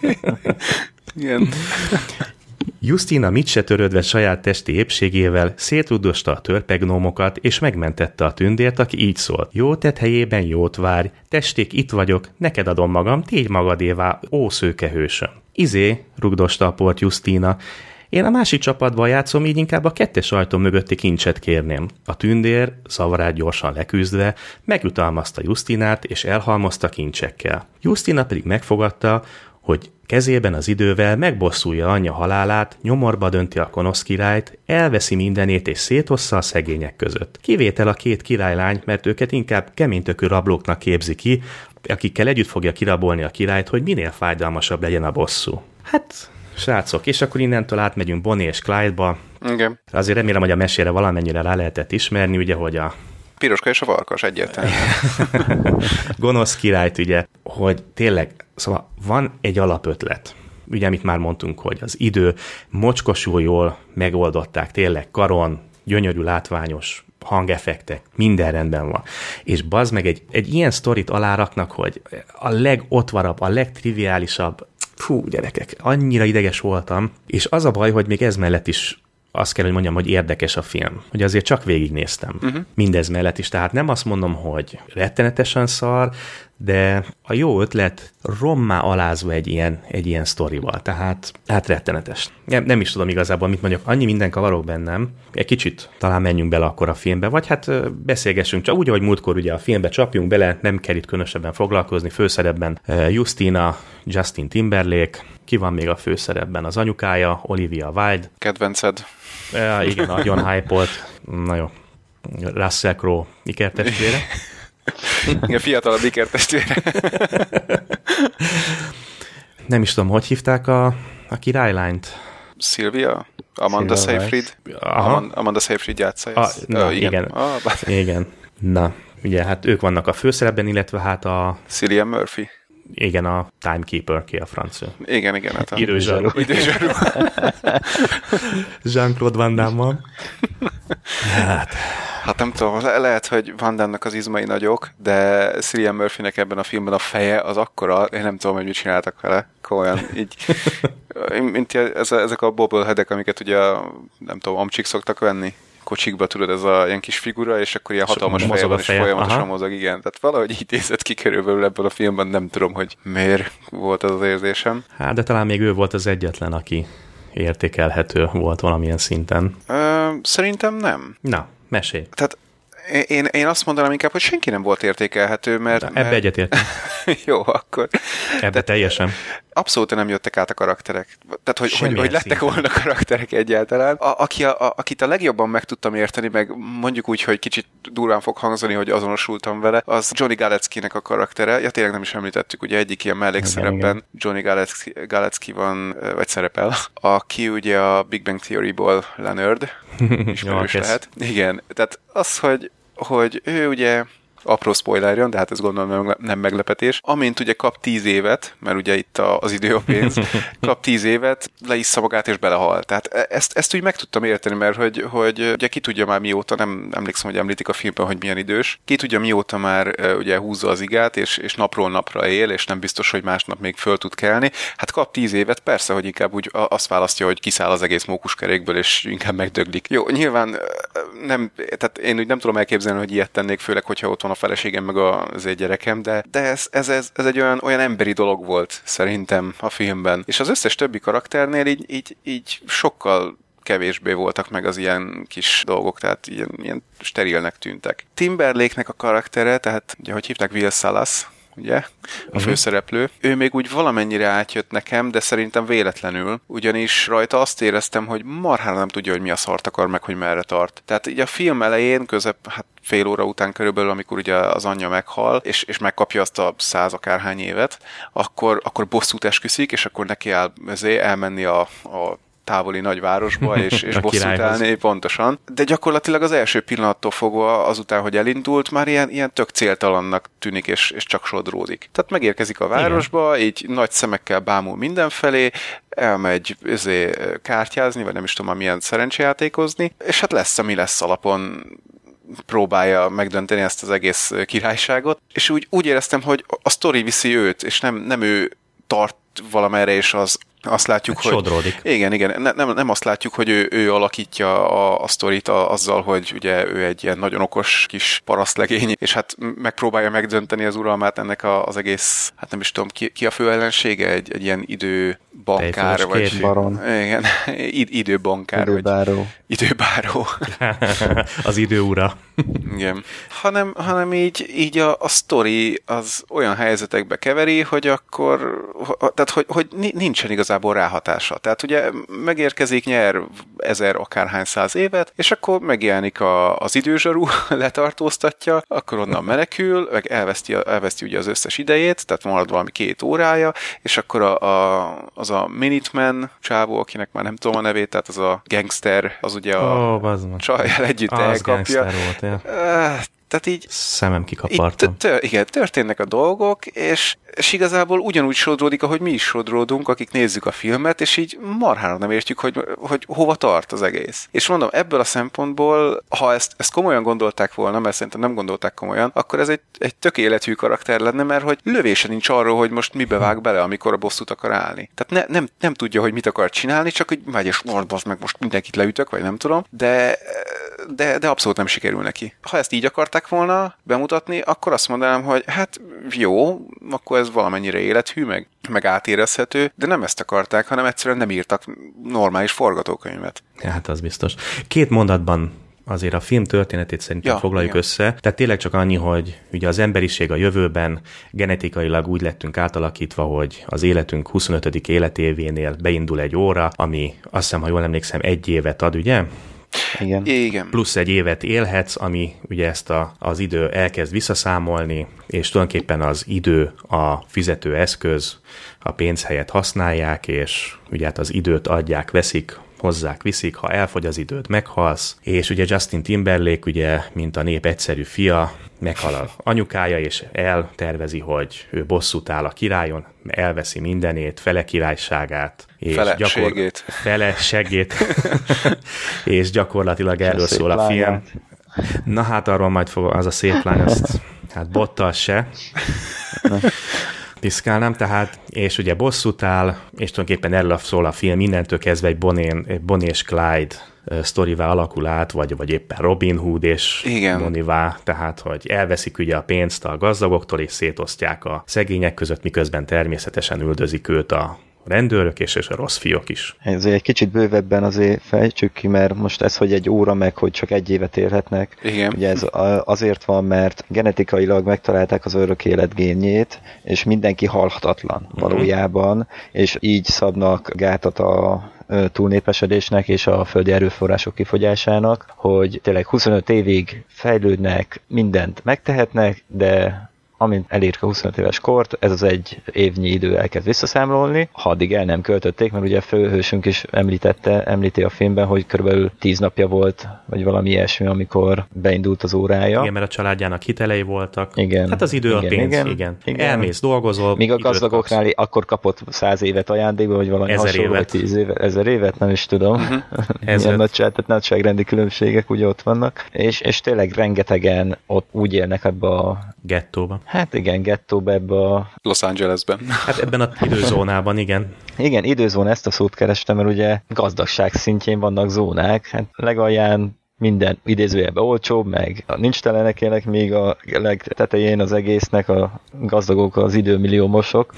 Igen. Justina mit se törődve saját testi épségével szétrugdosta a törpegnómokat, és megmentette a tündért, aki így szólt. Jó tett helyében jót várj, testék, itt vagyok, neked adom magam, tégy magadévá, ó szőkehősöm. Izé, rugdosta a port Justina, én a másik csapatban játszom, így inkább a 2. ajtó mögötti kincset kérném. A tündér, zavarát gyorsan leküzdve, megjutalmazta Justinát, és elhalmozta kincsekkel. Justina pedig megfogadta, hogy kezében az idővel megbosszulja anyja halálát, nyomorba dönti a gonosz királyt, elveszi mindenét és szétossza a szegények között. Kivétel a 2 királylány, mert őket inkább keménytökű rablóknak képzi ki, akikkel együtt fogja kirabolni a királyt, hogy minél fájdalmasabb legyen a bosszú. Hát, srácok, és akkor innentől átmegyünk Bonnie és Clyde-ba. Igen. Azért remélem, hogy a mesére valamennyire rá lehetett ismerni, ugye, hogy a Piroska és a farkas egyértelműen. gonosz királyt, ugye, hogy tényleg, szóval van egy alapötlet. Ugye, amit már mondtunk, hogy az idő mocskosul jól megoldották, tényleg karon, gyönyörű látványos hangeffektek, minden rendben van. És bazd meg egy ilyen sztorit aláraknak, hogy a legotvarabb, a legtriviálisabb, fú, gyerekek, annyira ideges voltam, és az a baj, hogy még ez mellett is azt kell, hogy mondjam, hogy érdekes a film. Hogy azért csak végignéztem. Mindez mellett is. Tehát nem azt mondom, hogy rettenetesen szar, de a jó ötlet rommá alázva egy ilyen sztorival. Tehát rettenetes. Nem is tudom igazából, mit mondjak. Annyi minden kavarok bennem. Egy kicsit talán menjünk bele akkor a filmbe, vagy hát beszélgessünk csak úgy, ahogy múltkor ugye a filmbe csapjunk bele, nem kell itt különösebben foglalkozni. Főszerepben Justina, Justin Timberlake, ki van még a főszerepben? Az anyukája, Olivia Wilde. Kedvenced. Ja, igen, nagyon hype-olt. Na jó. Russell Crowe ikertestvére. Igen, fiatalabb ikertestvére. Nem is tudom, hogy hívták a királylányt? Sylvia? Amanda Seyfried? Amanda Seyfried játsza ezt? Igen. Igen. Na, ugye hát ők vannak a főszerepben, illetve hát a... Cillian Murphy. Igen, a Timekeeper, ki a francia. Igen. Hát Időzsarú. Jean-Claude Van Damme. Hát nem tudom, lehet, hogy Van Damme-nak az izmai nagyok, de Cillian Murphynek ebben a filmben a feje az akkora, én nem tudom, hogy mit csináltak vele. Komolyan, így, mint ezek a bobbleheadek, amiket ugye, nem tudom, amcsik szoktak venni. kocsikba, tudod, ez a ilyen kis figura, és akkor ilyen hatalmas feje van, és folyamatosan mozog, igen. Tehát valahogy így nézett ki körülbelül ebből a filmben, nem tudom, hogy miért volt az érzésem. Hát, de talán még ő volt az egyetlen, aki értékelhető volt valamilyen szinten. Szerintem nem. Na, mesélj. Tehát én azt mondanám inkább, hogy senki nem volt értékelhető, mert... Ebbe egyetértem. Jó, akkor... Ebbe teljesen. Abszolút nem jöttek át a karakterek. Tehát, hogy lettek volna karakterek egyáltalán. Akit a legjobban meg tudtam érteni, meg mondjuk úgy, hogy kicsit durván fog hangzani, hogy azonosultam vele, az Johnny Galecki-nek a karaktere. Ja, tényleg nem is említettük, ugye egyik ilyen mellékszerepben Johnny Galecki van, vagy szerepel, aki ugye a Big Bang Theory-ból Leonard ismerős lehet. Igen, tehát az, hogy ő ugye apró spoiler jön, de hát ez gondolom nem meglepetés. Amint ugye kap 10 évet, mert ugye itt az idő a pénz, kap 10 évet, leissza magát és belehal. Tehát ezt úgy meg tudtam érteni, mert hogy ugye ki tudja már mióta, nem emlékszem, hogy említik a filmben, hogy milyen idős, ki tudja mióta már ugye húzza az igát, és napról napra él, és nem biztos, hogy másnap még föl tud kelni. Hát kap 10 évet, persze, hogy inkább úgy azt választja, hogy kiszáll az egész mókuskerékből, és inkább megdöglik. Jó, nyilván nem, tehát én úgy nem tudom elképzelni, hogy ilyet tennék, főleg, hogyha ott van a feleségem, meg az egy gyerekem, de ez egy olyan emberi dolog volt szerintem a filmben. És az összes többi karakternél így sokkal kevésbé voltak meg az ilyen kis dolgok, tehát ilyen sterilnek tűntek. Timberlake-nek a karaktere, tehát ugye, hogy hívták, Will Salas, ugye, a főszereplő. Ő még úgy valamennyire átjött nekem, de szerintem véletlenül, ugyanis rajta azt éreztem, hogy marhára nem tudja, hogy mi a szart akar, meg hogy merre tart. Tehát így a film elején, fél óra után körülbelül, amikor ugye az anyja meghal, és megkapja azt a 100 akárhány évet, akkor bosszút esküszik, és akkor neki elmenni a távoli nagyvárosba, és bosszút állni, pontosan. De gyakorlatilag az első pillanattól fogva, azután, hogy elindult, már ilyen tök céltalannak tűnik, és csak sodródik. Tehát megérkezik a városba, így nagy szemekkel bámul mindenfelé, elmegy kártyázni, vagy nem is tudom, milyen szerencsejátékozni, és hát lesz, ami lesz alapon próbálja megdönteni ezt az egész királyságot, és úgy éreztem, hogy a sztori viszi őt, és nem ő tart valamerre, és azt látjuk, hogy... Sodródik. Igen. Nem azt látjuk, hogy ő alakítja a sztorit azzal, hogy ugye ő egy ilyen nagyon okos kis parasztlegény, és hát megpróbálja megdönteni az uralmát ennek az egész, hát nem is tudom, ki a fő ellensége? Egy ilyen időbankár, vagy... Baron. Igen, időbankár. Időbáró. Az időura. Igen. Hanem így a sztori az olyan helyzetekbe keveri, hogy akkor, tehát hogy nincsen igazából ráhatása. Tehát ugye megérkezik, nyer 1000 akárhány 100 évet, és akkor megjelenik az időzsaru, letartóztatja, akkor onnan menekül, meg elveszti ugye az összes idejét, tehát marad valami 2 órája, és akkor az a Minuteman csávó, akinek már nem tudom a nevét, tehát az a gangster, az ugye a csajjal együtt elkapja. Volt, ja. Tehát így... Szemem kikapartam. Igen, történnek a dolgok, és igazából ugyanúgy sodródik, ahogy mi is sodródunk, akik nézzük a filmet, és így marhára nem értjük, hogy hova tart az egész. És mondom, ebből a szempontból, ha ezt komolyan gondolták volna, mert szerintem nem gondolták komolyan, akkor ez egy tök élethű karakter lenne, mert hogy lövése nincs arról, hogy most mibe vág bele, amikor a bosszút akar állni. Tehát nem tudja, hogy mit akar csinálni, csak hogy megy és meg most mindenkit leütök, vagy nem tudom, de abszolút nem sikerül neki. Ha ezt így akarták volna bemutatni, akkor azt mondanám, hogy hát jó, akkor ez valamennyire élethű, meg átérezhető, de nem ezt akarták, hanem egyszerűen nem írtak normális forgatókönyvet. Hát az biztos. 2 mondatban azért a film történetét szerintem foglaljuk össze. Tehát tényleg csak annyi, hogy ugye az emberiség a jövőben genetikailag úgy lettünk átalakítva, hogy az életünk 25. életévénél beindul egy óra, ami azt hiszem, ha jól emlékszem, 1 évet ad, ugye? Igen. Plusz 1 évet élhetsz, ami ugye ezt az idő elkezd visszaszámolni, és tulajdonképpen az idő a fizetőeszköz, a pénz helyett használják, és ugye hát az időt adják, veszik, hozzák, viszik, ha elfogy az időd, meghalsz, és ugye Justin Timberlake, ugye, mint a nép egyszerű fia, meghal a anyukája, és eltervezi, hogy ő bosszút áll a királyon, elveszi mindenét, fele királyságát, és feleségét, és gyakorlatilag erről szól a film. Na hát arról majd az a szép lány, azt hát bottal se piszkálnám, tehát, és ugye bosszút áll, és tulajdonképpen erről szól a film, innentől kezdve egy Bonnie és Clyde sztorivá alakul át, vagy éppen Robin Hood és Bonivá, tehát hogy elveszik ugye a pénzt a gazdagoktól, és szétosztják a szegények között, miközben természetesen üldözik őt a rendőrök és a rossz fiúk is. Ezért egy kicsit bővebben azért fejtsük ki, mert most ez, hogy egy óra meg, hogy csak egy évet élhetnek. Igen. Ugye ez azért van, mert genetikailag megtalálták az örök élet génjét, és mindenki halhatatlan valójában, és így szabnak gátat a túlnépesedésnek és a földi erőforrások kifogyásának, hogy tényleg 25 évig fejlődnek, mindent megtehetnek, de amint elérik a 25 éves kort, ez az egy évnyi idő elkezd visszaszámolni, ha addig el nem költötték, mert ugye a főhősünk is említi a filmben, hogy körülbelül 10 napja volt, vagy valami ilyesmi, amikor beindult az órája. Igen, mert a családjának hitelei voltak. Igen. Hát az idő a pénz, igen. Elmész, dolgozol. Míg a gazdagoknál akkor kapott 100 évet ajándékba, vagy valami hasonló, vagy 10 évet. 1000 évet, nem is tudom. Ilyen nagyságrendi különbségek ugye ott vannak. És tényleg rengetegen ott úgy élnek ebbe a gettóba. Hát igen, gettóba ebbe a... Los Angelesben. Hát ebben a időzónában, igen. Igen, időzón, ezt a szót kerestem, mert ugye gazdagság szintjén vannak zónák. Hát legalján minden idézőjelben olcsóbb, meg nincs telenek élnek, még a legtetején az egésznek a gazdagok az időmilliómosok,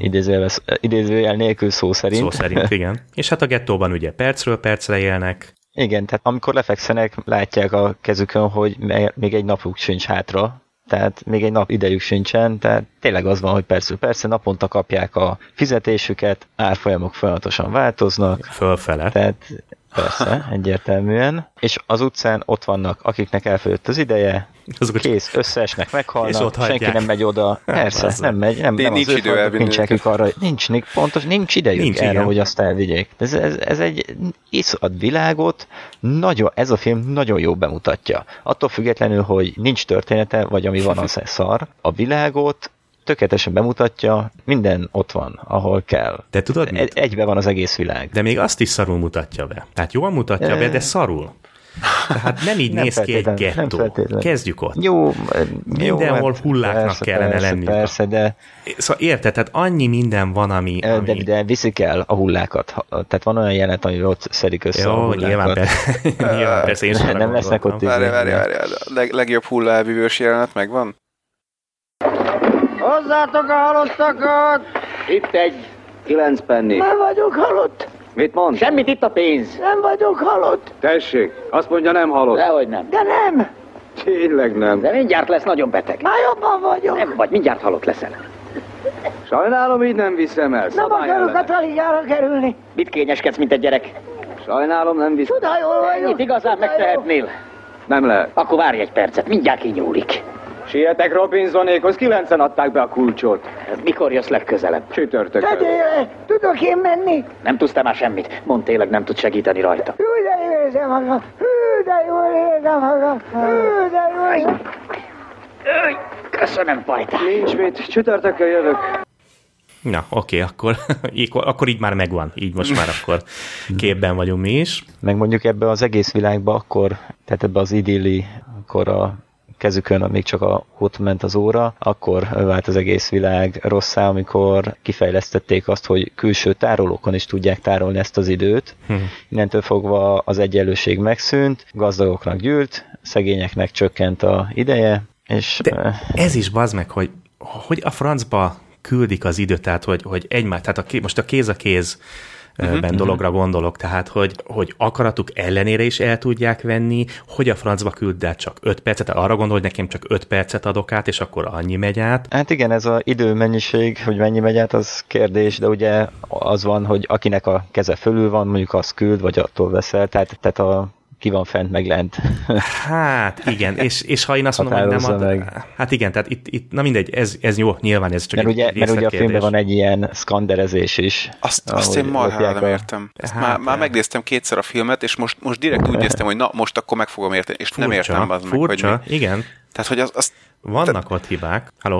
idézőjel nélkül szó szerint. Szó szerint, igen. És hát a gettóban ugye percről percre élnek. Igen, tehát amikor lefekszenek, látják a kezükön, hogy még egy napuk sincs hátra, tehát még egy nap idejük sincsen, tehát tényleg az van, hogy persze naponta kapják a fizetésüket, árfolyamok folyamatosan változnak. Fölfele. Tehát persze, egyértelműen. És az utcán ott vannak, akiknek elfogyott az ideje, kész, összeesnek, meghalnak, senki nem megy oda. Persze, nem megy, nem az ő fajtuk, nincs arra, nincs idejük erre, hogy azt elvigyék. Ez egy iszonyat világot, ez a film nagyon jó bemutatja. Attól függetlenül, hogy nincs története, vagy ami van, az szar. A világot tökéletesen bemutatja, minden ott van, ahol kell. De tudod mit? Egybe van az egész világ. De még azt is szarul mutatja be. Tehát jól mutatja be, de szarul. Tehát nem így néz ki egy gettó. Kezdjük ott. Jó, mindenhol hulláknak kellene lenni. Persze, de... Szóval érted, tehát annyi minden van, ami... De viszik el a hullákat. Tehát van olyan jelenet, ami ott szedik össze a hullákat. Nyilván persze, én sem nem lesznek ott. Várjál. Legjobb hullábvívős jelenet megvan? Hozzátok a halottakat! Itt egy 9 penny. Nem vagyok halott. Mit mond? Semmit, itt a pénz. Nem vagyok halott. Tessék, azt mondja nem halott. Dehogy nem. De nem. Tényleg nem. De mindjárt lesz nagyon beteg. Már jobban vagyok. Nem vagy, mindjárt halott leszel. Sajnálom, így nem viszem el. Nem akarok a taligára kerülni. Mit kényeskedsz, mint egy gyerek? Sajnálom, nem viszem. Csuda jól vagyok. Ennyit igazán megtehetnél? Nem lehet. Akkor várj egy percet, mindjárt kinyúlik. Sietek Robinsonékhoz, 9-en adták be a kulcsot. Mikor jössz legközelebb? Csütörtökön. Tegyél, tudok én menni? Nem tudsz te már semmit. Mondd, tényleg nem tudsz segíteni rajta. Hű, de jól érzem magam. Hű, de jól érzem magam. Hű, de jól érzem. Köszönöm, pajtás. Nincs mit, csütörtökön jövök. Na, oké, akkor így már megvan. Így most már akkor képben vagyunk mi is. Meg mondjuk ebbe az egész világba akkor, tehát ebbe az idilli, akkor a kezükön még csak ott ment az óra, akkor vált az egész világ rosszá, amikor kifejlesztették azt, hogy külső tárolókon is tudják tárolni ezt az időt. Innentől fogva az egyenlőség megszűnt, gazdagoknak gyűlt, szegényeknek csökkent a ideje, és... De ez is bazd meg, hogy a francba küldik az időt, tehát hogy egymás, tehát most a kéz a kéz dologra gondolok, tehát hogy akaratuk ellenére is el tudják venni, hogy a francba küld el csak 5 percet, arra gondol, hogy nekem csak 5 percet adok át, és akkor annyi megy át. Hát igen, ez az időmennyiség, hogy mennyi megy át, az kérdés, de ugye az van, hogy akinek a keze fölül van, mondjuk azt küld, vagy attól veszel, tehát ki van fent, meg lent. Hát igen, és ha én azt mondom, hogy nem ad... meg. Hát igen, tehát itt na mindegy, ez jó, nyilván ez csak mert ugye a filmben van egy ilyen szkanderezés is. Azt én marhára nem értem. Már megnéztem 2-szer a filmet, és most direkt úgy néztem, hogy na, most akkor meg fogom érteni, és furcsa, nem értem az meg, hogy igen. Tehát, hogy az vannak ott hibák. Halló?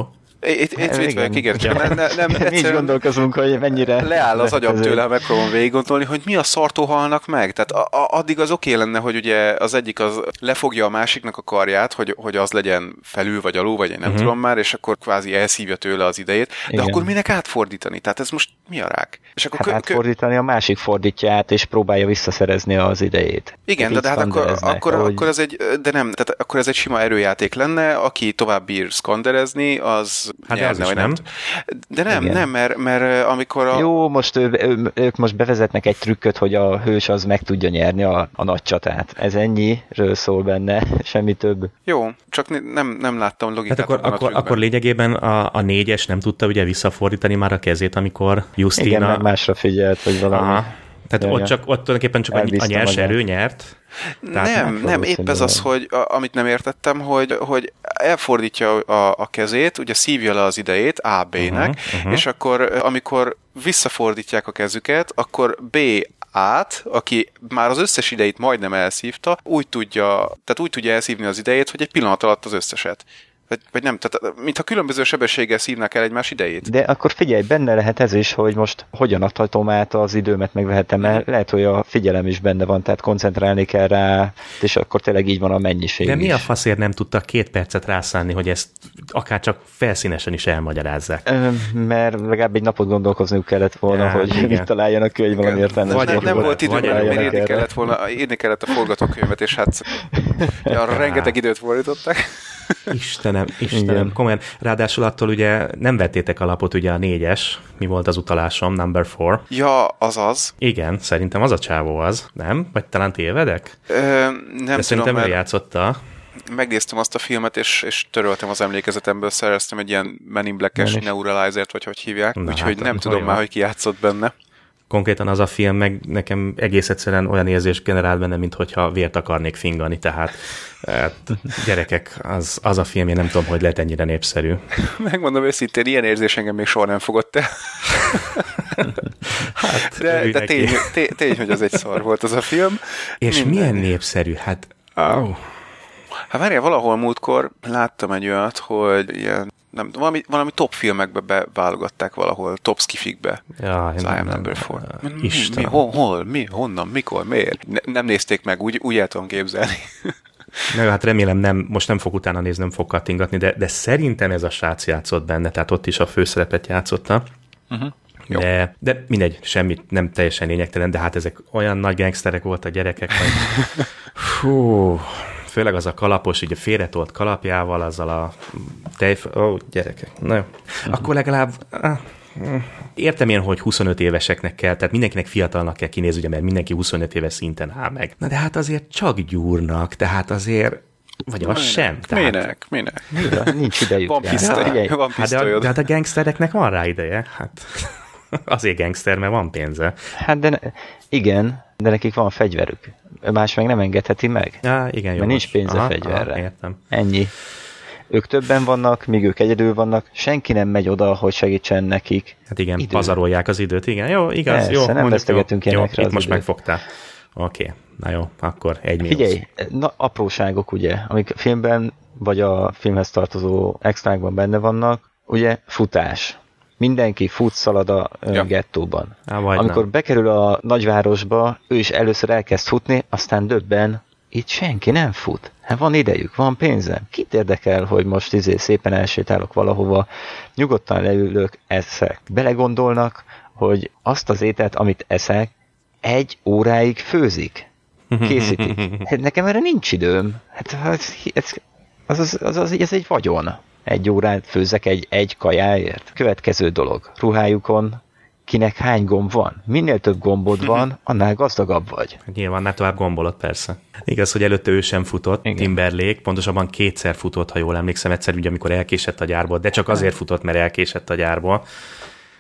Itt vagyok, igen. Mi is gondolkozunk, hogy mennyire... Leáll az agyam tőle, ha megpróbálom végig gondolni, hogy mi a szartól halnak meg. Tehát addig az oké lenne, hogy ugye az egyik az lefogja a másiknak a karját, hogy az legyen felül vagy alul, vagy én nem tudom már, és akkor kvázi elszívja tőle az idejét. De igen. Akkor minek átfordítani? Tehát ez most mi a rák? És akkor átfordítani a másik fordítja át, és próbálja visszaszerezni az idejét. Igen, de hát akkor ez egy, de nem, tehát akkor ez egy sima erőjáték lenne, aki tovább bír szkanderezni, az nyerne, vagy nem. De nem, mert amikor Jó, most ők most bevezetnek egy trükköt, hogy a hős az meg tudja nyerni a nagy csatát. Ez ennyiről szól benne, semmi több. Jó, csak nem láttam logikát. Hát akkor lényegében a 4-es nem tudta ugye visszafordítani már a kezét, amikor Justina... Igen, meg másra figyelt, hogy valami... Aha. Tehát ott tulajdonképpen csak a nyers erő nyert? Nem, épp ez az, hogy amit nem értettem, hogy elfordítja a kezét, ugye szívja le az idejét AB-nek, és akkor amikor visszafordítják a kezüket, akkor B át, aki már az összes idejét majdnem elszívta, úgy tudja elszívni az idejét, hogy egy pillanat alatt az összeset. Vagy nem, tehát mintha különböző sebességgel szívnak el egymás idejét. De akkor figyelj, benne lehet ez is, hogy most hogyan adhatom át az időmet, megvehetem el. Lehet, hogy a figyelem is benne van, tehát koncentrálni kell rá, és akkor tényleg így van a mennyiség. De mi a faszért nem tudtak 2 percet rászánni, hogy ezt akár csak felszínesen is elmagyarázzák? Mert legalább egy napot gondolkozniuk kellett volna, hogy mit találjanak ki, hogy valami értelmes. Nem volt idő, mert írni kellett a forgatókönyvet, és hát rengeteg időt fordították. Istenem, komolyan. Ráadásul attól ugye nem vettétek alapot ugye a 4-es, mi volt az utalásom, number 4. Ja, azaz. Igen, szerintem az a csávó az, nem? Vagy talán tévedek? Nem de szerintem tudom, ő játszotta. Megnéztem azt a filmet, és töröltem az emlékezetemből, szereztem egy ilyen Men in Black-es neuralizert, vagy hogy hívják, úgyhogy nem tudom már, hogy ki játszott benne. Konkrétan az a film meg nekem egész egyszerűen olyan érzés generált benne, minthogyha vért akarnék fingani, tehát gyerekek, az a film, én nem tudom, hogy lehet ennyire népszerű. Megmondom őszintén, ilyen érzés engem még soha nem fogott el. De tény, hogy az egy szar volt az a film. És milyen népszerű, hát... Hát várjál, valahol múltkor láttam egy olyat, hogy ilyen, nem, valami top filmekbe beválogatták valahol, top skifikbe. Ja, az I Am Number 4. Hol? Honnan? Mikor? Miért? Nem nézték meg, úgy el tudom képzelni. Hát remélem most nem fog utána nézni, nem fog kattingatni, de szerintem ez a srác játszott benne, tehát ott is a főszerepet játszotta. De mindegy, semmit, nem teljesen lényegtelen, de hát ezek olyan nagy gangsterek volt a gyerekek, hogy főleg az a kalapos, így a félretolt kalapjával, azzal a gyerekek, na jó. Akkor legalább értem én, hogy 25 éveseknek kell, tehát mindenkinek fiatalnak kell kinézni, ugye, mert mindenki 25 éves szinten áll meg. Na de hát azért csak gyúrnak, tehát azért vagy az sem. Minek? Nincs idejük. Van pisztolyod. De hát a gangstereknek van rá ideje. Hát azért gangster, mert van pénze. Hát de igen, de nekik van fegyverük. Más meg nem engedheti meg. Ja, igen, jó. Mert nincs pénze fegyverre. Értem. Ennyi. Ők többen vannak, míg ők egyedül vannak, senki nem megy oda, hogy segítsen nekik. Hát igen, pazarolják az időt, igen. Jó, igaz, persze, jó. Nem vesztegetünk ilyenekre. Itt most megfogtál. Oké, na jó, akkor egy mínusz. Figyelj, apróságok ugye, amik a filmben, vagy a filmhez tartozó extrákban benne vannak, ugye futás. Mindenki fut, szalad a gettóban. Amikor bekerül a nagyvárosba, ő is először elkezd futni, aztán döbben, itt senki nem fut. Hát van idejük, van pénzem. Kit érdekel, hogy most szépen elsétálok valahova, nyugodtan leülök, eszek. Belegondolnak, hogy azt az ételt, amit eszek, 1 óráig főzik. Készítik. Hát nekem erre nincs időm. Hát ez egy vagyon. 1 órát főzzek egy kajáért. Következő dolog. Ruhájukon kinek hány gomb van. Minél több gombod van, annál gazdagabb vagy. Nyilván, már tovább gombolod, persze. Igaz, hogy előtte ő sem futott, igen. Timberlake, pontosabban 2-szer futott, ha jól emlékszem, egyszer ugye, amikor elkésett a gyárból, de csak azért futott, mert elkésett a gyárból.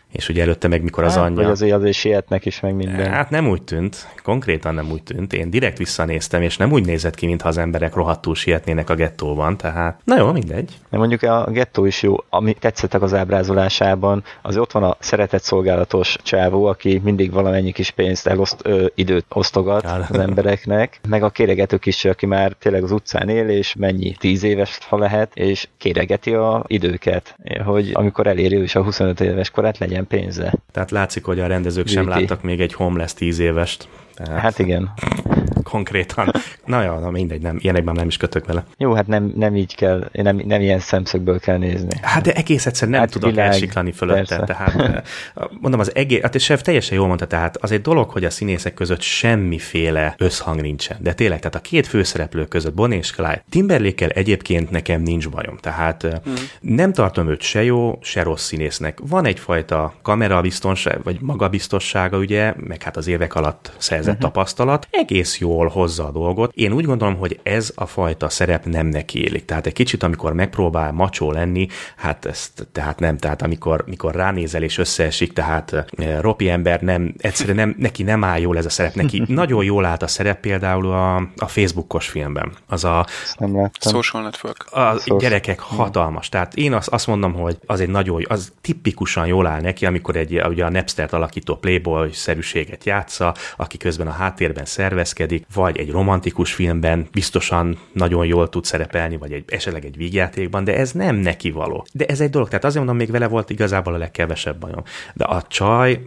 és ugye előtte meg mikor az anyja... Vagy azért sietnek is meg minden. Hát nem úgy tűnt, konkrétan nem úgy tűnt. Én direkt visszanéztem, és nem úgy nézett ki, mintha az emberek rohadtul sietnének a gettóban, tehát na jó, mindegy. De mondjuk a gettó is jó, ami tetszettek az ábrázolásában, az ott van a szeretett szolgálatos csávó, aki mindig valamennyi kis pénzt időt osztogat az embereknek, meg a kéregető kis, aki már tényleg az utcán él, és mennyi 10 éves, ha lehet, és kéregeti a időket, hogy amikor eléri ő is a 25 éves korát, legyen pénze. Tehát látszik, hogy a rendezők sem láttak még egy homeless 10 évest. Tehát hát igen. Konkrétan. Na mindegy, ilyenekben nem is kötök vele. Jó, hát nem így kell, nem ilyen szemszögből kell nézni. Hát de egész egyszer nem tudok elsiklani fölötte. Tehát mondom, az egész, hát és teljesen jól mondta, tehát az egy dolog, hogy a színészek között semmiféle összhang nincsen. De tényleg, tehát a két főszereplő között, Bonnie és Clyde, Timberlake-kel egyébként nekem nincs bajom. Tehát nem tartom őt se jó, se rossz színésznek. Van egyfajta kamerabiztonság, vagy magabiztossága, ugye, meg hát az évek alatt szerzett tapasztalat, egész jól hozza a dolgot. Én úgy gondolom, hogy ez a fajta szerep nem neki élik. Tehát egy kicsit, amikor megpróbál macsó lenni, hát ezt tehát nem, tehát amikor ránézel és összeesik, tehát ropi ember egyszerűen neki nem áll jól ez a szerep. Neki nagyon jól állt a szerep például a Facebookos filmben. Az a Social Network. Gyerekek hatalmas. Tehát én azt mondom, hogy az egy nagyon, az tipikusan jól áll neki, amikor ugye a Napstert alakító Playboy-szerűséget játsza, aki közben a háttérben szervezkedik, vagy egy romantikus filmben biztosan nagyon jól tud szerepelni, vagy esetleg egy vígjátékban, de ez nem neki való. De ez egy dolog, tehát azért mondom, még vele volt igazából a legkevesebb bajom. De a csaj,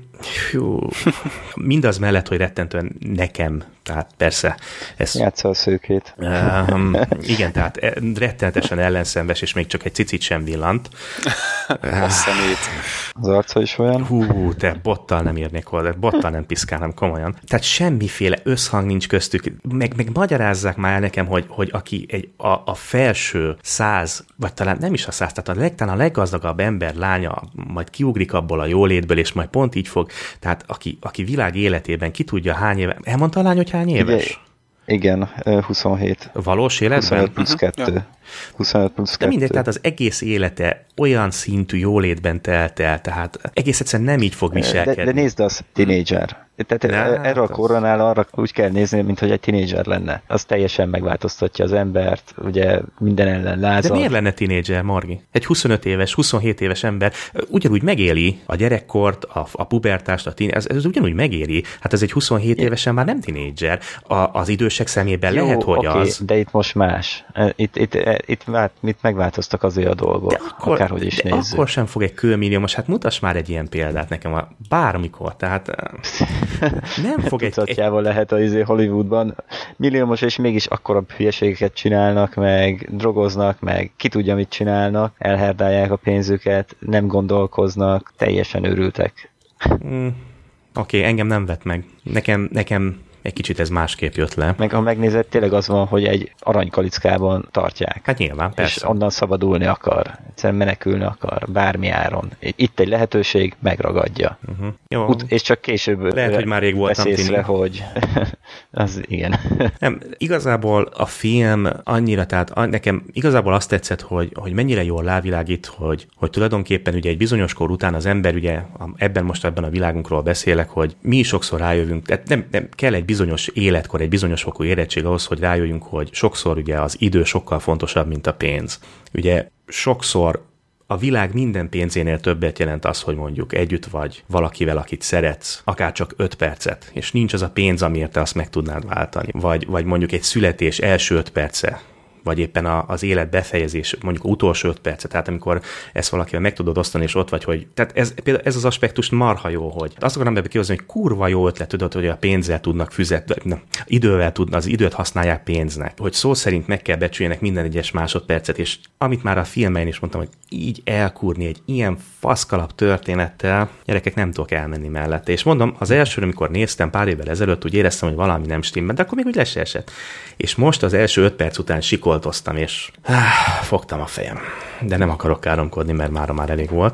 mindaz mellett, hogy rettentően nekem, tehát persze. Játsza a szőkét. Igen, tehát rettenetesen ellenszenves, és még csak egy cicit sem villant. A szemét. Az arca is olyan? Te bottal nem érnék hozzá, bottal nem piszkálom, komolyan. Tehát semmiféle összhang nincs köztük, meg magyarázzák már nekem, hogy aki a felső 100, vagy talán nem is a 100, tehát talán a leggazdagabb ember lánya majd kiugrik abból a jólétből, és majd pont így fog, tehát aki világ életében ki tudja hány éve, elmondta a lány, hogy hány éves? Igen, 27. Valós életben? 25 plusz 2. Ja. 25 plusz 2. De mindegy, tehát az egész élete olyan szintű jólétben telt el, tehát egész egyszerűen nem így fog viselkedni. De nézd, az tínédzser. Tehát erre a korronál arra úgy kell nézni, mint hogy egy tínédzser lenne. Az teljesen megváltoztatja az embert, ugye minden ellen lázad. De miért lenne tínédzser, Margi? Egy 25 éves, 27 éves ember ugyanúgy megéli a gyerekkort, a pubertást, ez ugyanúgy megéri. Hát ez egy 27 évesen már nem tínédzser. Az idősek szemében jó, lehet, hogy az. De itt most más. Itt megváltoztak azért a dolgok, akárhogy is nézzük. Akkor sem fog egy kőmilliómos, hát mutass már egy ilyen példát nekem bármikor, tehát nem fog egy... Tucatjával lehet az Hollywoodban milliómos, és mégis akkora hülyeségeket csinálnak, meg drogoznak, meg ki tudja, mit csinálnak, elherdálják a pénzüket, nem gondolkoznak, teljesen őrültek. Oké, engem nem vett meg. Nekem egy kicsit ez másképp jött le. Meg ha megnézed, tényleg az van, hogy egy aranykalickában tartják. Hát nyilván, persze. És onnan szabadulni akar, egyszerűen menekülni akar, bármi áron. Itt egy lehetőség, megragadja. Jó. És csak később lehet, hogy már rég voltam észre, hogy az igen. Nem, igazából a film annyira, tehát nekem igazából azt tetszett, hogy mennyire jól rávilágít, hogy tulajdonképpen ugye egy bizonyos kor után az ember, ugye ebben a világunkról beszélek, hogy mi sokszor rájövünk, tehát nem kell egy bizonyos életkor, egy bizonyos fokú érettség ahhoz, hogy rájöjjünk, hogy sokszor ugye az idő sokkal fontosabb, mint a pénz. Ugye sokszor a világ minden pénzénél többet jelent az, hogy mondjuk együtt vagy valakivel, akit szeretsz, akár csak 5 percet, és nincs az a pénz, amiért te azt meg tudnád váltani. Vagy mondjuk egy születés első 5 perce, vagy éppen az élet befejezés, mondjuk utolsó 5 percet, tehát amikor ezt valakivel meg tudod osztani, és ott vagy, hogy... Tehát ez az aspektus marha jó, hogy azt akarom ebbe kihozni, hogy kurva jó ötlet, tudod, hogy a pénzzel tudnak idővel tudnak, az időt használják pénznek, hogy szó szerint meg kell becsüljenek minden egyes másodpercet, és amit már a filmben is mondtam, hogy így elkúrni egy ilyen faszkalap történettel, gyerekek, nem tudok elmenni mellette. És mondom, az elsőre, amikor néztem pár évvel ezelőtt, úgy éreztem, hogy valami nem stimmel, de akkor még úgy le se esett. És most az első 5 perc után sikoltoztam, és fogtam a fejem. De nem akarok káromkodni, mert már elég volt.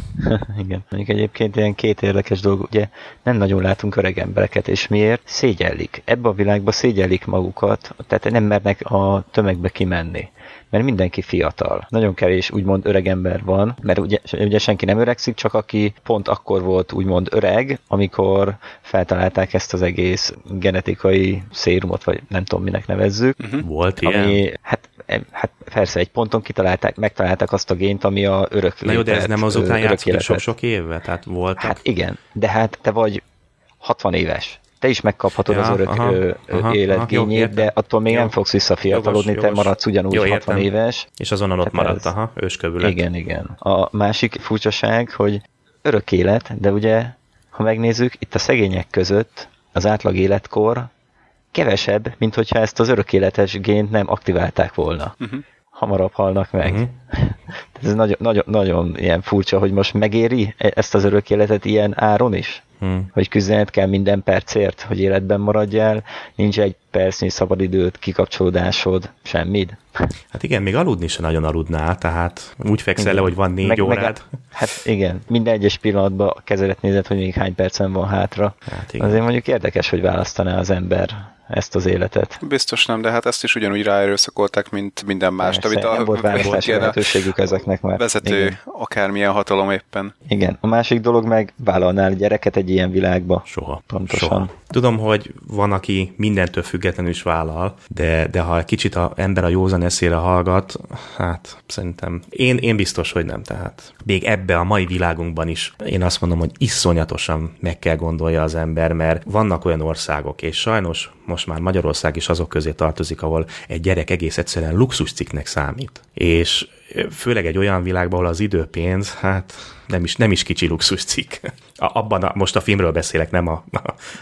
Igen. Mondjuk egyébként ilyen két érdekes dolog, ugye nem nagyon látunk öreg embereket, és miért? Szégyellik. Ebbe a világba szégyellik magukat, tehát nem mernek a tömegbe kimenni. Mert mindenki fiatal. Nagyon kevés úgymond öreg ember van, mert ugye senki nem öregszik, csak aki pont akkor volt úgymond öreg, amikor feltalálták ezt az egész genetikai szérumot, vagy nem tudom, minek nevezzük. Volt ilyen? Ami, hát persze, egy ponton megtalálták azt a gént, ami a örök Na jó, de ez nem azután játszik sok-sok évvel? Tehát voltak? Hát igen, de hát te vagy 60 éves. Te is megkaphatod az örök életgényét, de attól még nem fogsz visszafiatalodni, te maradsz ugyanúgy 60 éves. És azonnal ott maradt, őskövület. Igen. A másik furcsaság, hogy örök élet, de ugye, ha megnézzük, itt a szegények között az átlag életkor kevesebb, mint hogyha ezt az örökéletes gént nem aktiválták volna. Hamarabb halnak meg. Ez nagyon ilyen furcsa, hogy most megéri ezt az örök életet ilyen áron is? Hogy küzdened kell minden percért, hogy életben maradjál, nincs egy percnyi szabadidőt, kikapcsolódásod, semmid. Hát igen, még aludni se nagyon aludnál, tehát úgy fekszel le, hogy van 4 órád. Hát igen, minden egyes pillanatban a kezedet nézed, hogy még hány percen van hátra. Hát azért mondjuk érdekes, hogy választaná az ember ezt az életet. Biztos nem, de hát ezt is ugyanúgy ráerőszakolták, mint minden mást, amit nem volt választási lehetőségük ezeknek már. Vezető, igen. Akármilyen hatalom éppen. Igen, a másik dolog meg vállalnál gyereket egy ilyen világba. Soha. Pontosan. Soha. Tudom, hogy van, aki mindentől függetlenül is vállal, de ha kicsit az ember a józan eszére hallgat, hát szerintem én biztos, hogy nem. Tehát még ebbe a mai világunkban is én azt mondom, hogy iszonyatosan meg kell gondolja az ember, mert vannak olyan országok, és sajnos most már Magyarország is azok közé tartozik, ahol egy gyerek egész egyszerűen luxuscikknek számít. És főleg egy olyan világban, ahol az időpénz, hát nem is kicsi luxuscikk. Most a filmről beszélek, nem a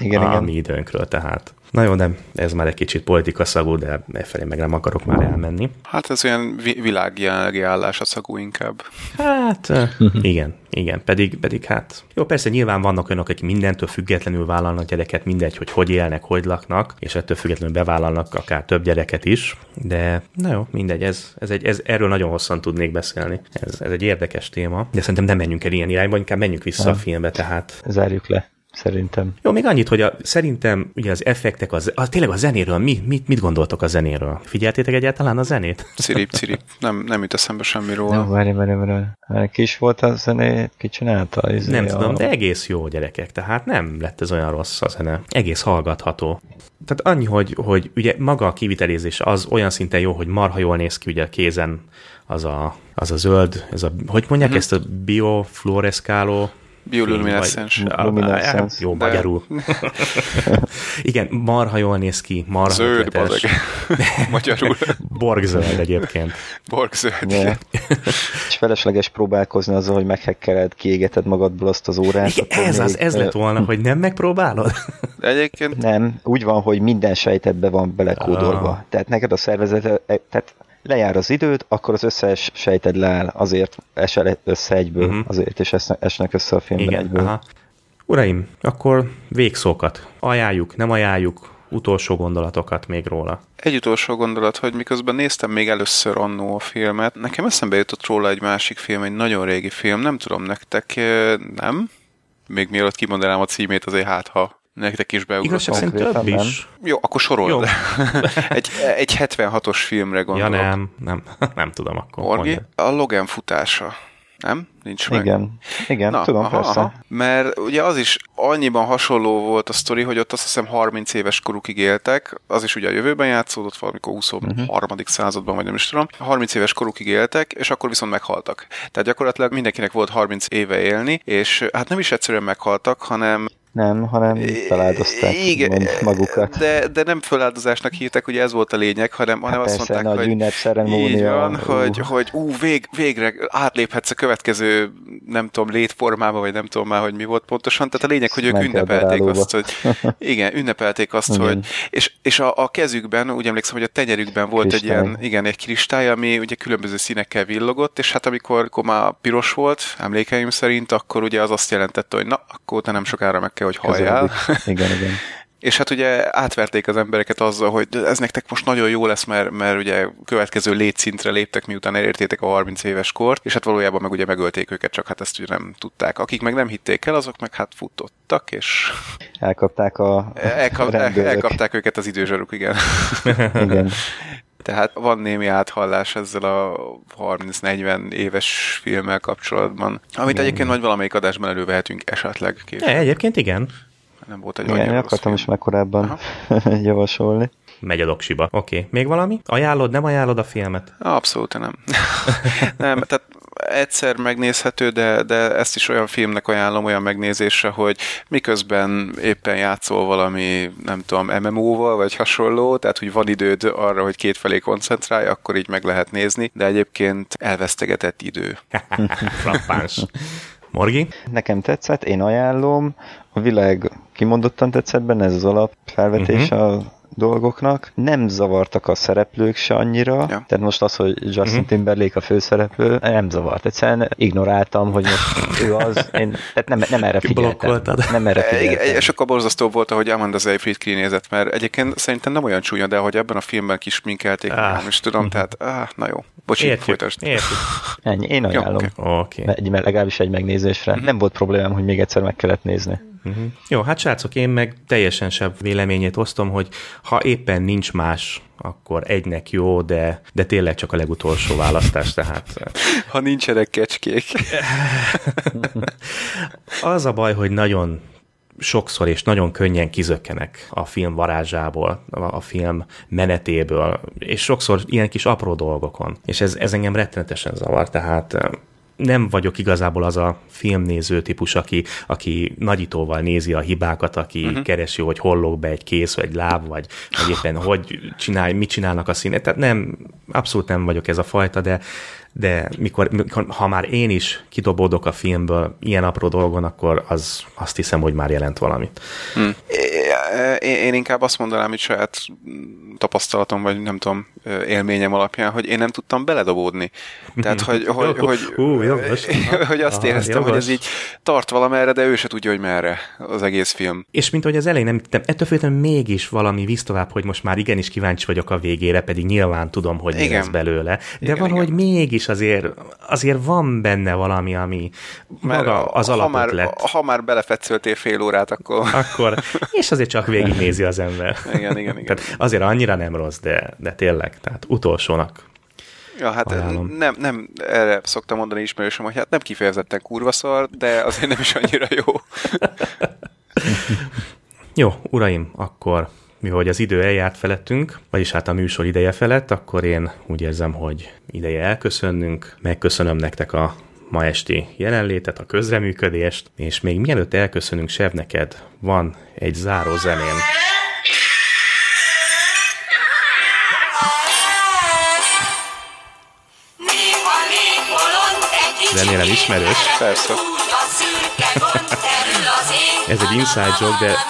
mi időnkről, tehát. Na jó, de ez már egy kicsit politikaszagú, de efelé meg nem akarok már elmenni. Hát ez olyan világjelenlegi állás a szagú inkább. Hát igen, pedig hát jó, persze nyilván vannak olyanok, akik mindentől függetlenül vállalnak gyereket, mindegy, hogy élnek, hogy laknak, és ettől függetlenül bevállalnak akár több gyereket is, de na jó, mindegy, ez erről nagyon hosszan tudnék beszélni. Ez egy érdekes téma, de szerintem nem menjünk el ilyen irányba, inkább menjünk vissza a filmbe, tehát. Zárjuk le. Szerintem. Jó, még annyit, hogy szerintem ugye az effektek, tényleg a zenéről, mit gondoltok a zenéről? Figyeltétek egyáltalán a zenét? Cirip. Nem jut eszembe semmi róla. Várj. Ki is volt a zené? Ki csinálta? Nem tudom, de egész jó, gyerekek. Tehát nem lett ez olyan rossz a zene. Egész hallgatható. Tehát annyi, hogy ugye maga a kivitelezés az olyan szinten jó, hogy marha jól néz ki, ugye a kézen az a zöld, hogy mondják ezt a biofluoreszkáló bioluminescens. Jó, magyarul. Igen, marha jól néz ki, marha zöld, bazeg. Magyarul. Borgzöld egyébként. Borgzöld. Yeah. És felesleges próbálkozni azzal, hogy meghekkeled, kiégeted magadból azt az órát. Igen, ez lett volna, hogy nem megpróbálod? Egyébként nem, úgy van, hogy minden sejtedbe van belekódolva. Tehát neked a szervezet, tehát lejár az időd, akkor az összes sejted leáll, azért esel össze egyből, azért is esnek össze a filmben egyből. Aha. Uraim, akkor végszókat. Ajánljuk, nem ajánljuk, utolsó gondolatokat még róla. Egy utolsó gondolat, hogy miközben néztem még először annó a filmet, nekem eszembe jutott róla egy másik film, egy nagyon régi film, nem tudom nektek, nem? Még mielőtt kimondanám a címét, azért ha nektek is beugrott. Igazság szerint több is. Jó, akkor sorold. egy 76-os filmre gondolok. Ja, nem tudom akkor. A Logan futása. Nem? Nincs meg? Igen, na, tudom, persze. Aha. Mert ugye az is annyiban hasonló volt a sztori, hogy ott azt hiszem 30 éves korukig éltek, az is ugye a jövőben játszódott, valamikor 23. században, vagy nem is tudom. 30 éves korukig éltek, és akkor viszont meghaltak. Tehát gyakorlatilag mindenkinek volt 30 éve élni, és hát nem is egyszerűen meghaltak, hanem feláldozták magukat. De nem feláldozásnak hívták, ugye ez volt a lényeg, hanem azt mondták, hogy így van, hogy végre átléphetsz a következő, nem tudom, létformába, vagy nem tudom már, hogy mi volt pontosan. Tehát a lényeg, hogy ők ünnepelték azt, hogy ünnepelték azt, hogy és a kezükben, úgy emlékszem, hogy a tenyerükben volt egy kristály, ami ugye különböző színekkel villogott, és hát amikor már piros volt, emlékeim szerint, akkor ugye az azt jelentette, hogy na, akkor te nem sokára meg kell, hogy halljál. Igen. És hát ugye átverték az embereket azzal, hogy ez nektek most nagyon jó lesz, mert ugye következő létszintre léptek, miután elértétek a 30 éves kort, és hát valójában meg ugye megölték őket, csak hát ezt ugye nem tudták. Akik meg nem hitték el, azok meg hát futottak, és... Elkapták elkapták őket az időzsaruk, igen. Igen. Tehát van némi áthallás ezzel a 30-40 éves filmmel kapcsolatban, amit egyébként majd valamelyik adásban elővehetünk esetleg később. Egyébként igen. Nem volt egy igen, annyira akartam is meg korábban javasolni. Megy a doksiba. Oké. Még valami? Ajánlod, nem ajánlod a filmet? Abszolút nem. Nem, tehát egyszer megnézhető, de ezt is olyan filmnek ajánlom olyan megnézésre, hogy miközben éppen játszol valami, nem tudom, MMO-val, vagy hasonló, tehát hogy van időd arra, hogy kétfelé koncentrálj, akkor így meg lehet nézni, de egyébként elvesztegetett idő. Frappáns. Morgi? Nekem tetszett, én ajánlom. A világ kimondottan tetszett benne, ez az alapfelvetés a dolgoknak. Nem zavartak a szereplők se annyira, tehát most az, hogy Justin Timberlake a főszereplő, nem zavart. Egyszerűen ignoráltam, hogy most ő az, tehát nem erre figyeltem. Nem erre figyeltem. És akkor borzasztó volt, ahogy Amanda Seyfried kinézett, mert egyébként szerintem nem olyan csúnya, de hogy ebben a filmben kisminkelték, nem is tudom, tehát na jó. Bocsi, folytasd. Ennyi, én ajánlom. Okay. Legalábbis egy megnézésre. Nem volt problémám, hogy még egyszer meg kellett nézni. Jó, hát srácok, én meg teljesen sem véleményét osztom, hogy ha éppen nincs más, akkor egynek jó, de tényleg csak a legutolsó választás, tehát... Ha nincsenek kecskék. Az a baj, hogy nagyon sokszor és nagyon könnyen kizökkenek a film varázsából, a film menetéből, és sokszor ilyen kis apró dolgokon. És ez engem rettenetesen zavar, tehát... Nem vagyok igazából az a filmnéző típus, aki nagyítóval nézi a hibákat, aki keresi, hogy hol lóg be egy kéz, vagy láb, vagy éppen mit csinálnak a színek. Tehát abszolút nem vagyok ez a fajta, de mikor, ha már én is kidobódok a filmből ilyen apró dolgon, akkor azt hiszem, hogy már jelent valamit. Én inkább azt mondanám, hogy saját tapasztalatom, vagy nem tudom, élményem alapján, hogy én nem tudtam beledobódni. Tehát, hogy azt éreztem, hogy ez így tart valamerre, de ő se tudja, hogy merre az egész film. És mint hogy az elején nem tudtam, ettől függetlenül mégis valami visz tovább, hogy most már igenis kíváncsi vagyok a végére, pedig nyilván tudom, hogy mi lesz belőle. De valahogy mégis azért van benne valami, ami maga az alapötlet. Ha már belefetszöltél fél órát, akkor... És azért csak végignézi az ember. Igen. Tehát azért annyira nem rossz, de tényleg, tehát utolsónak. Ja, hát nem erre szoktam mondani ismerősöm, hogy hát nem kifejezetten kurvaszar, de azért nem is annyira jó. Jó, uraim, akkor mihogy az idő eljárt felettünk, vagyis hát a műsor ideje felett, akkor én úgy érzem, hogy ideje elköszönnünk. Megköszönöm nektek a ma esti jelenlétet, a közreműködést, és még mielőtt elköszönünk, Sev, neked van egy záró zeném. Remélem ismerős. Persze. Ez egy inside joke, de...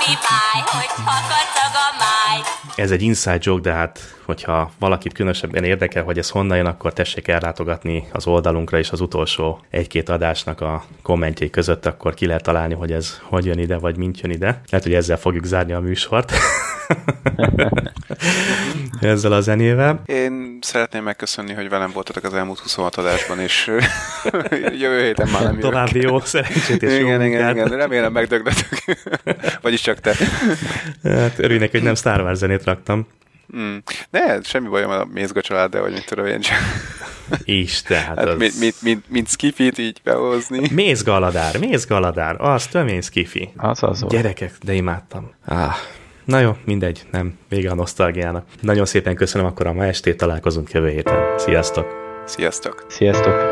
Ez egy inside joke, de hát, hogyha valakit különösebben érdekel, hogy ez honnan jön, akkor tessék ellátogatni az oldalunkra, és az utolsó egy-két adásnak a kommentjei között, akkor ki lehet találni, hogy ez hogy jön ide, vagy mint jön ide. Lehet, hogy ezzel fogjuk zárni a műsort. Ezzel a zenével. Én szeretném megköszönni, hogy velem voltatok az elmúlt 26 adásban, és jövő héten már nem jövök. További jó szerencsét és igen, remélem megdögletek. Vagyis csak te. Hát örülj neki, hogy nem Star Wars zenét raktam. Ne, semmi bajom a Mézga családdal, vagy mit tudom én csak. Tehát hát az... mint skifit így behozni. Mézgaladár, az tömény skifi. Az. Gyerekek, de imádtam. Na jó, mindegy, nem, vége a nosztalgiának. Nagyon szépen köszönöm akkor a ma estét, találkozunk jövő héten. Sziasztok! Sziasztok! Sziasztok!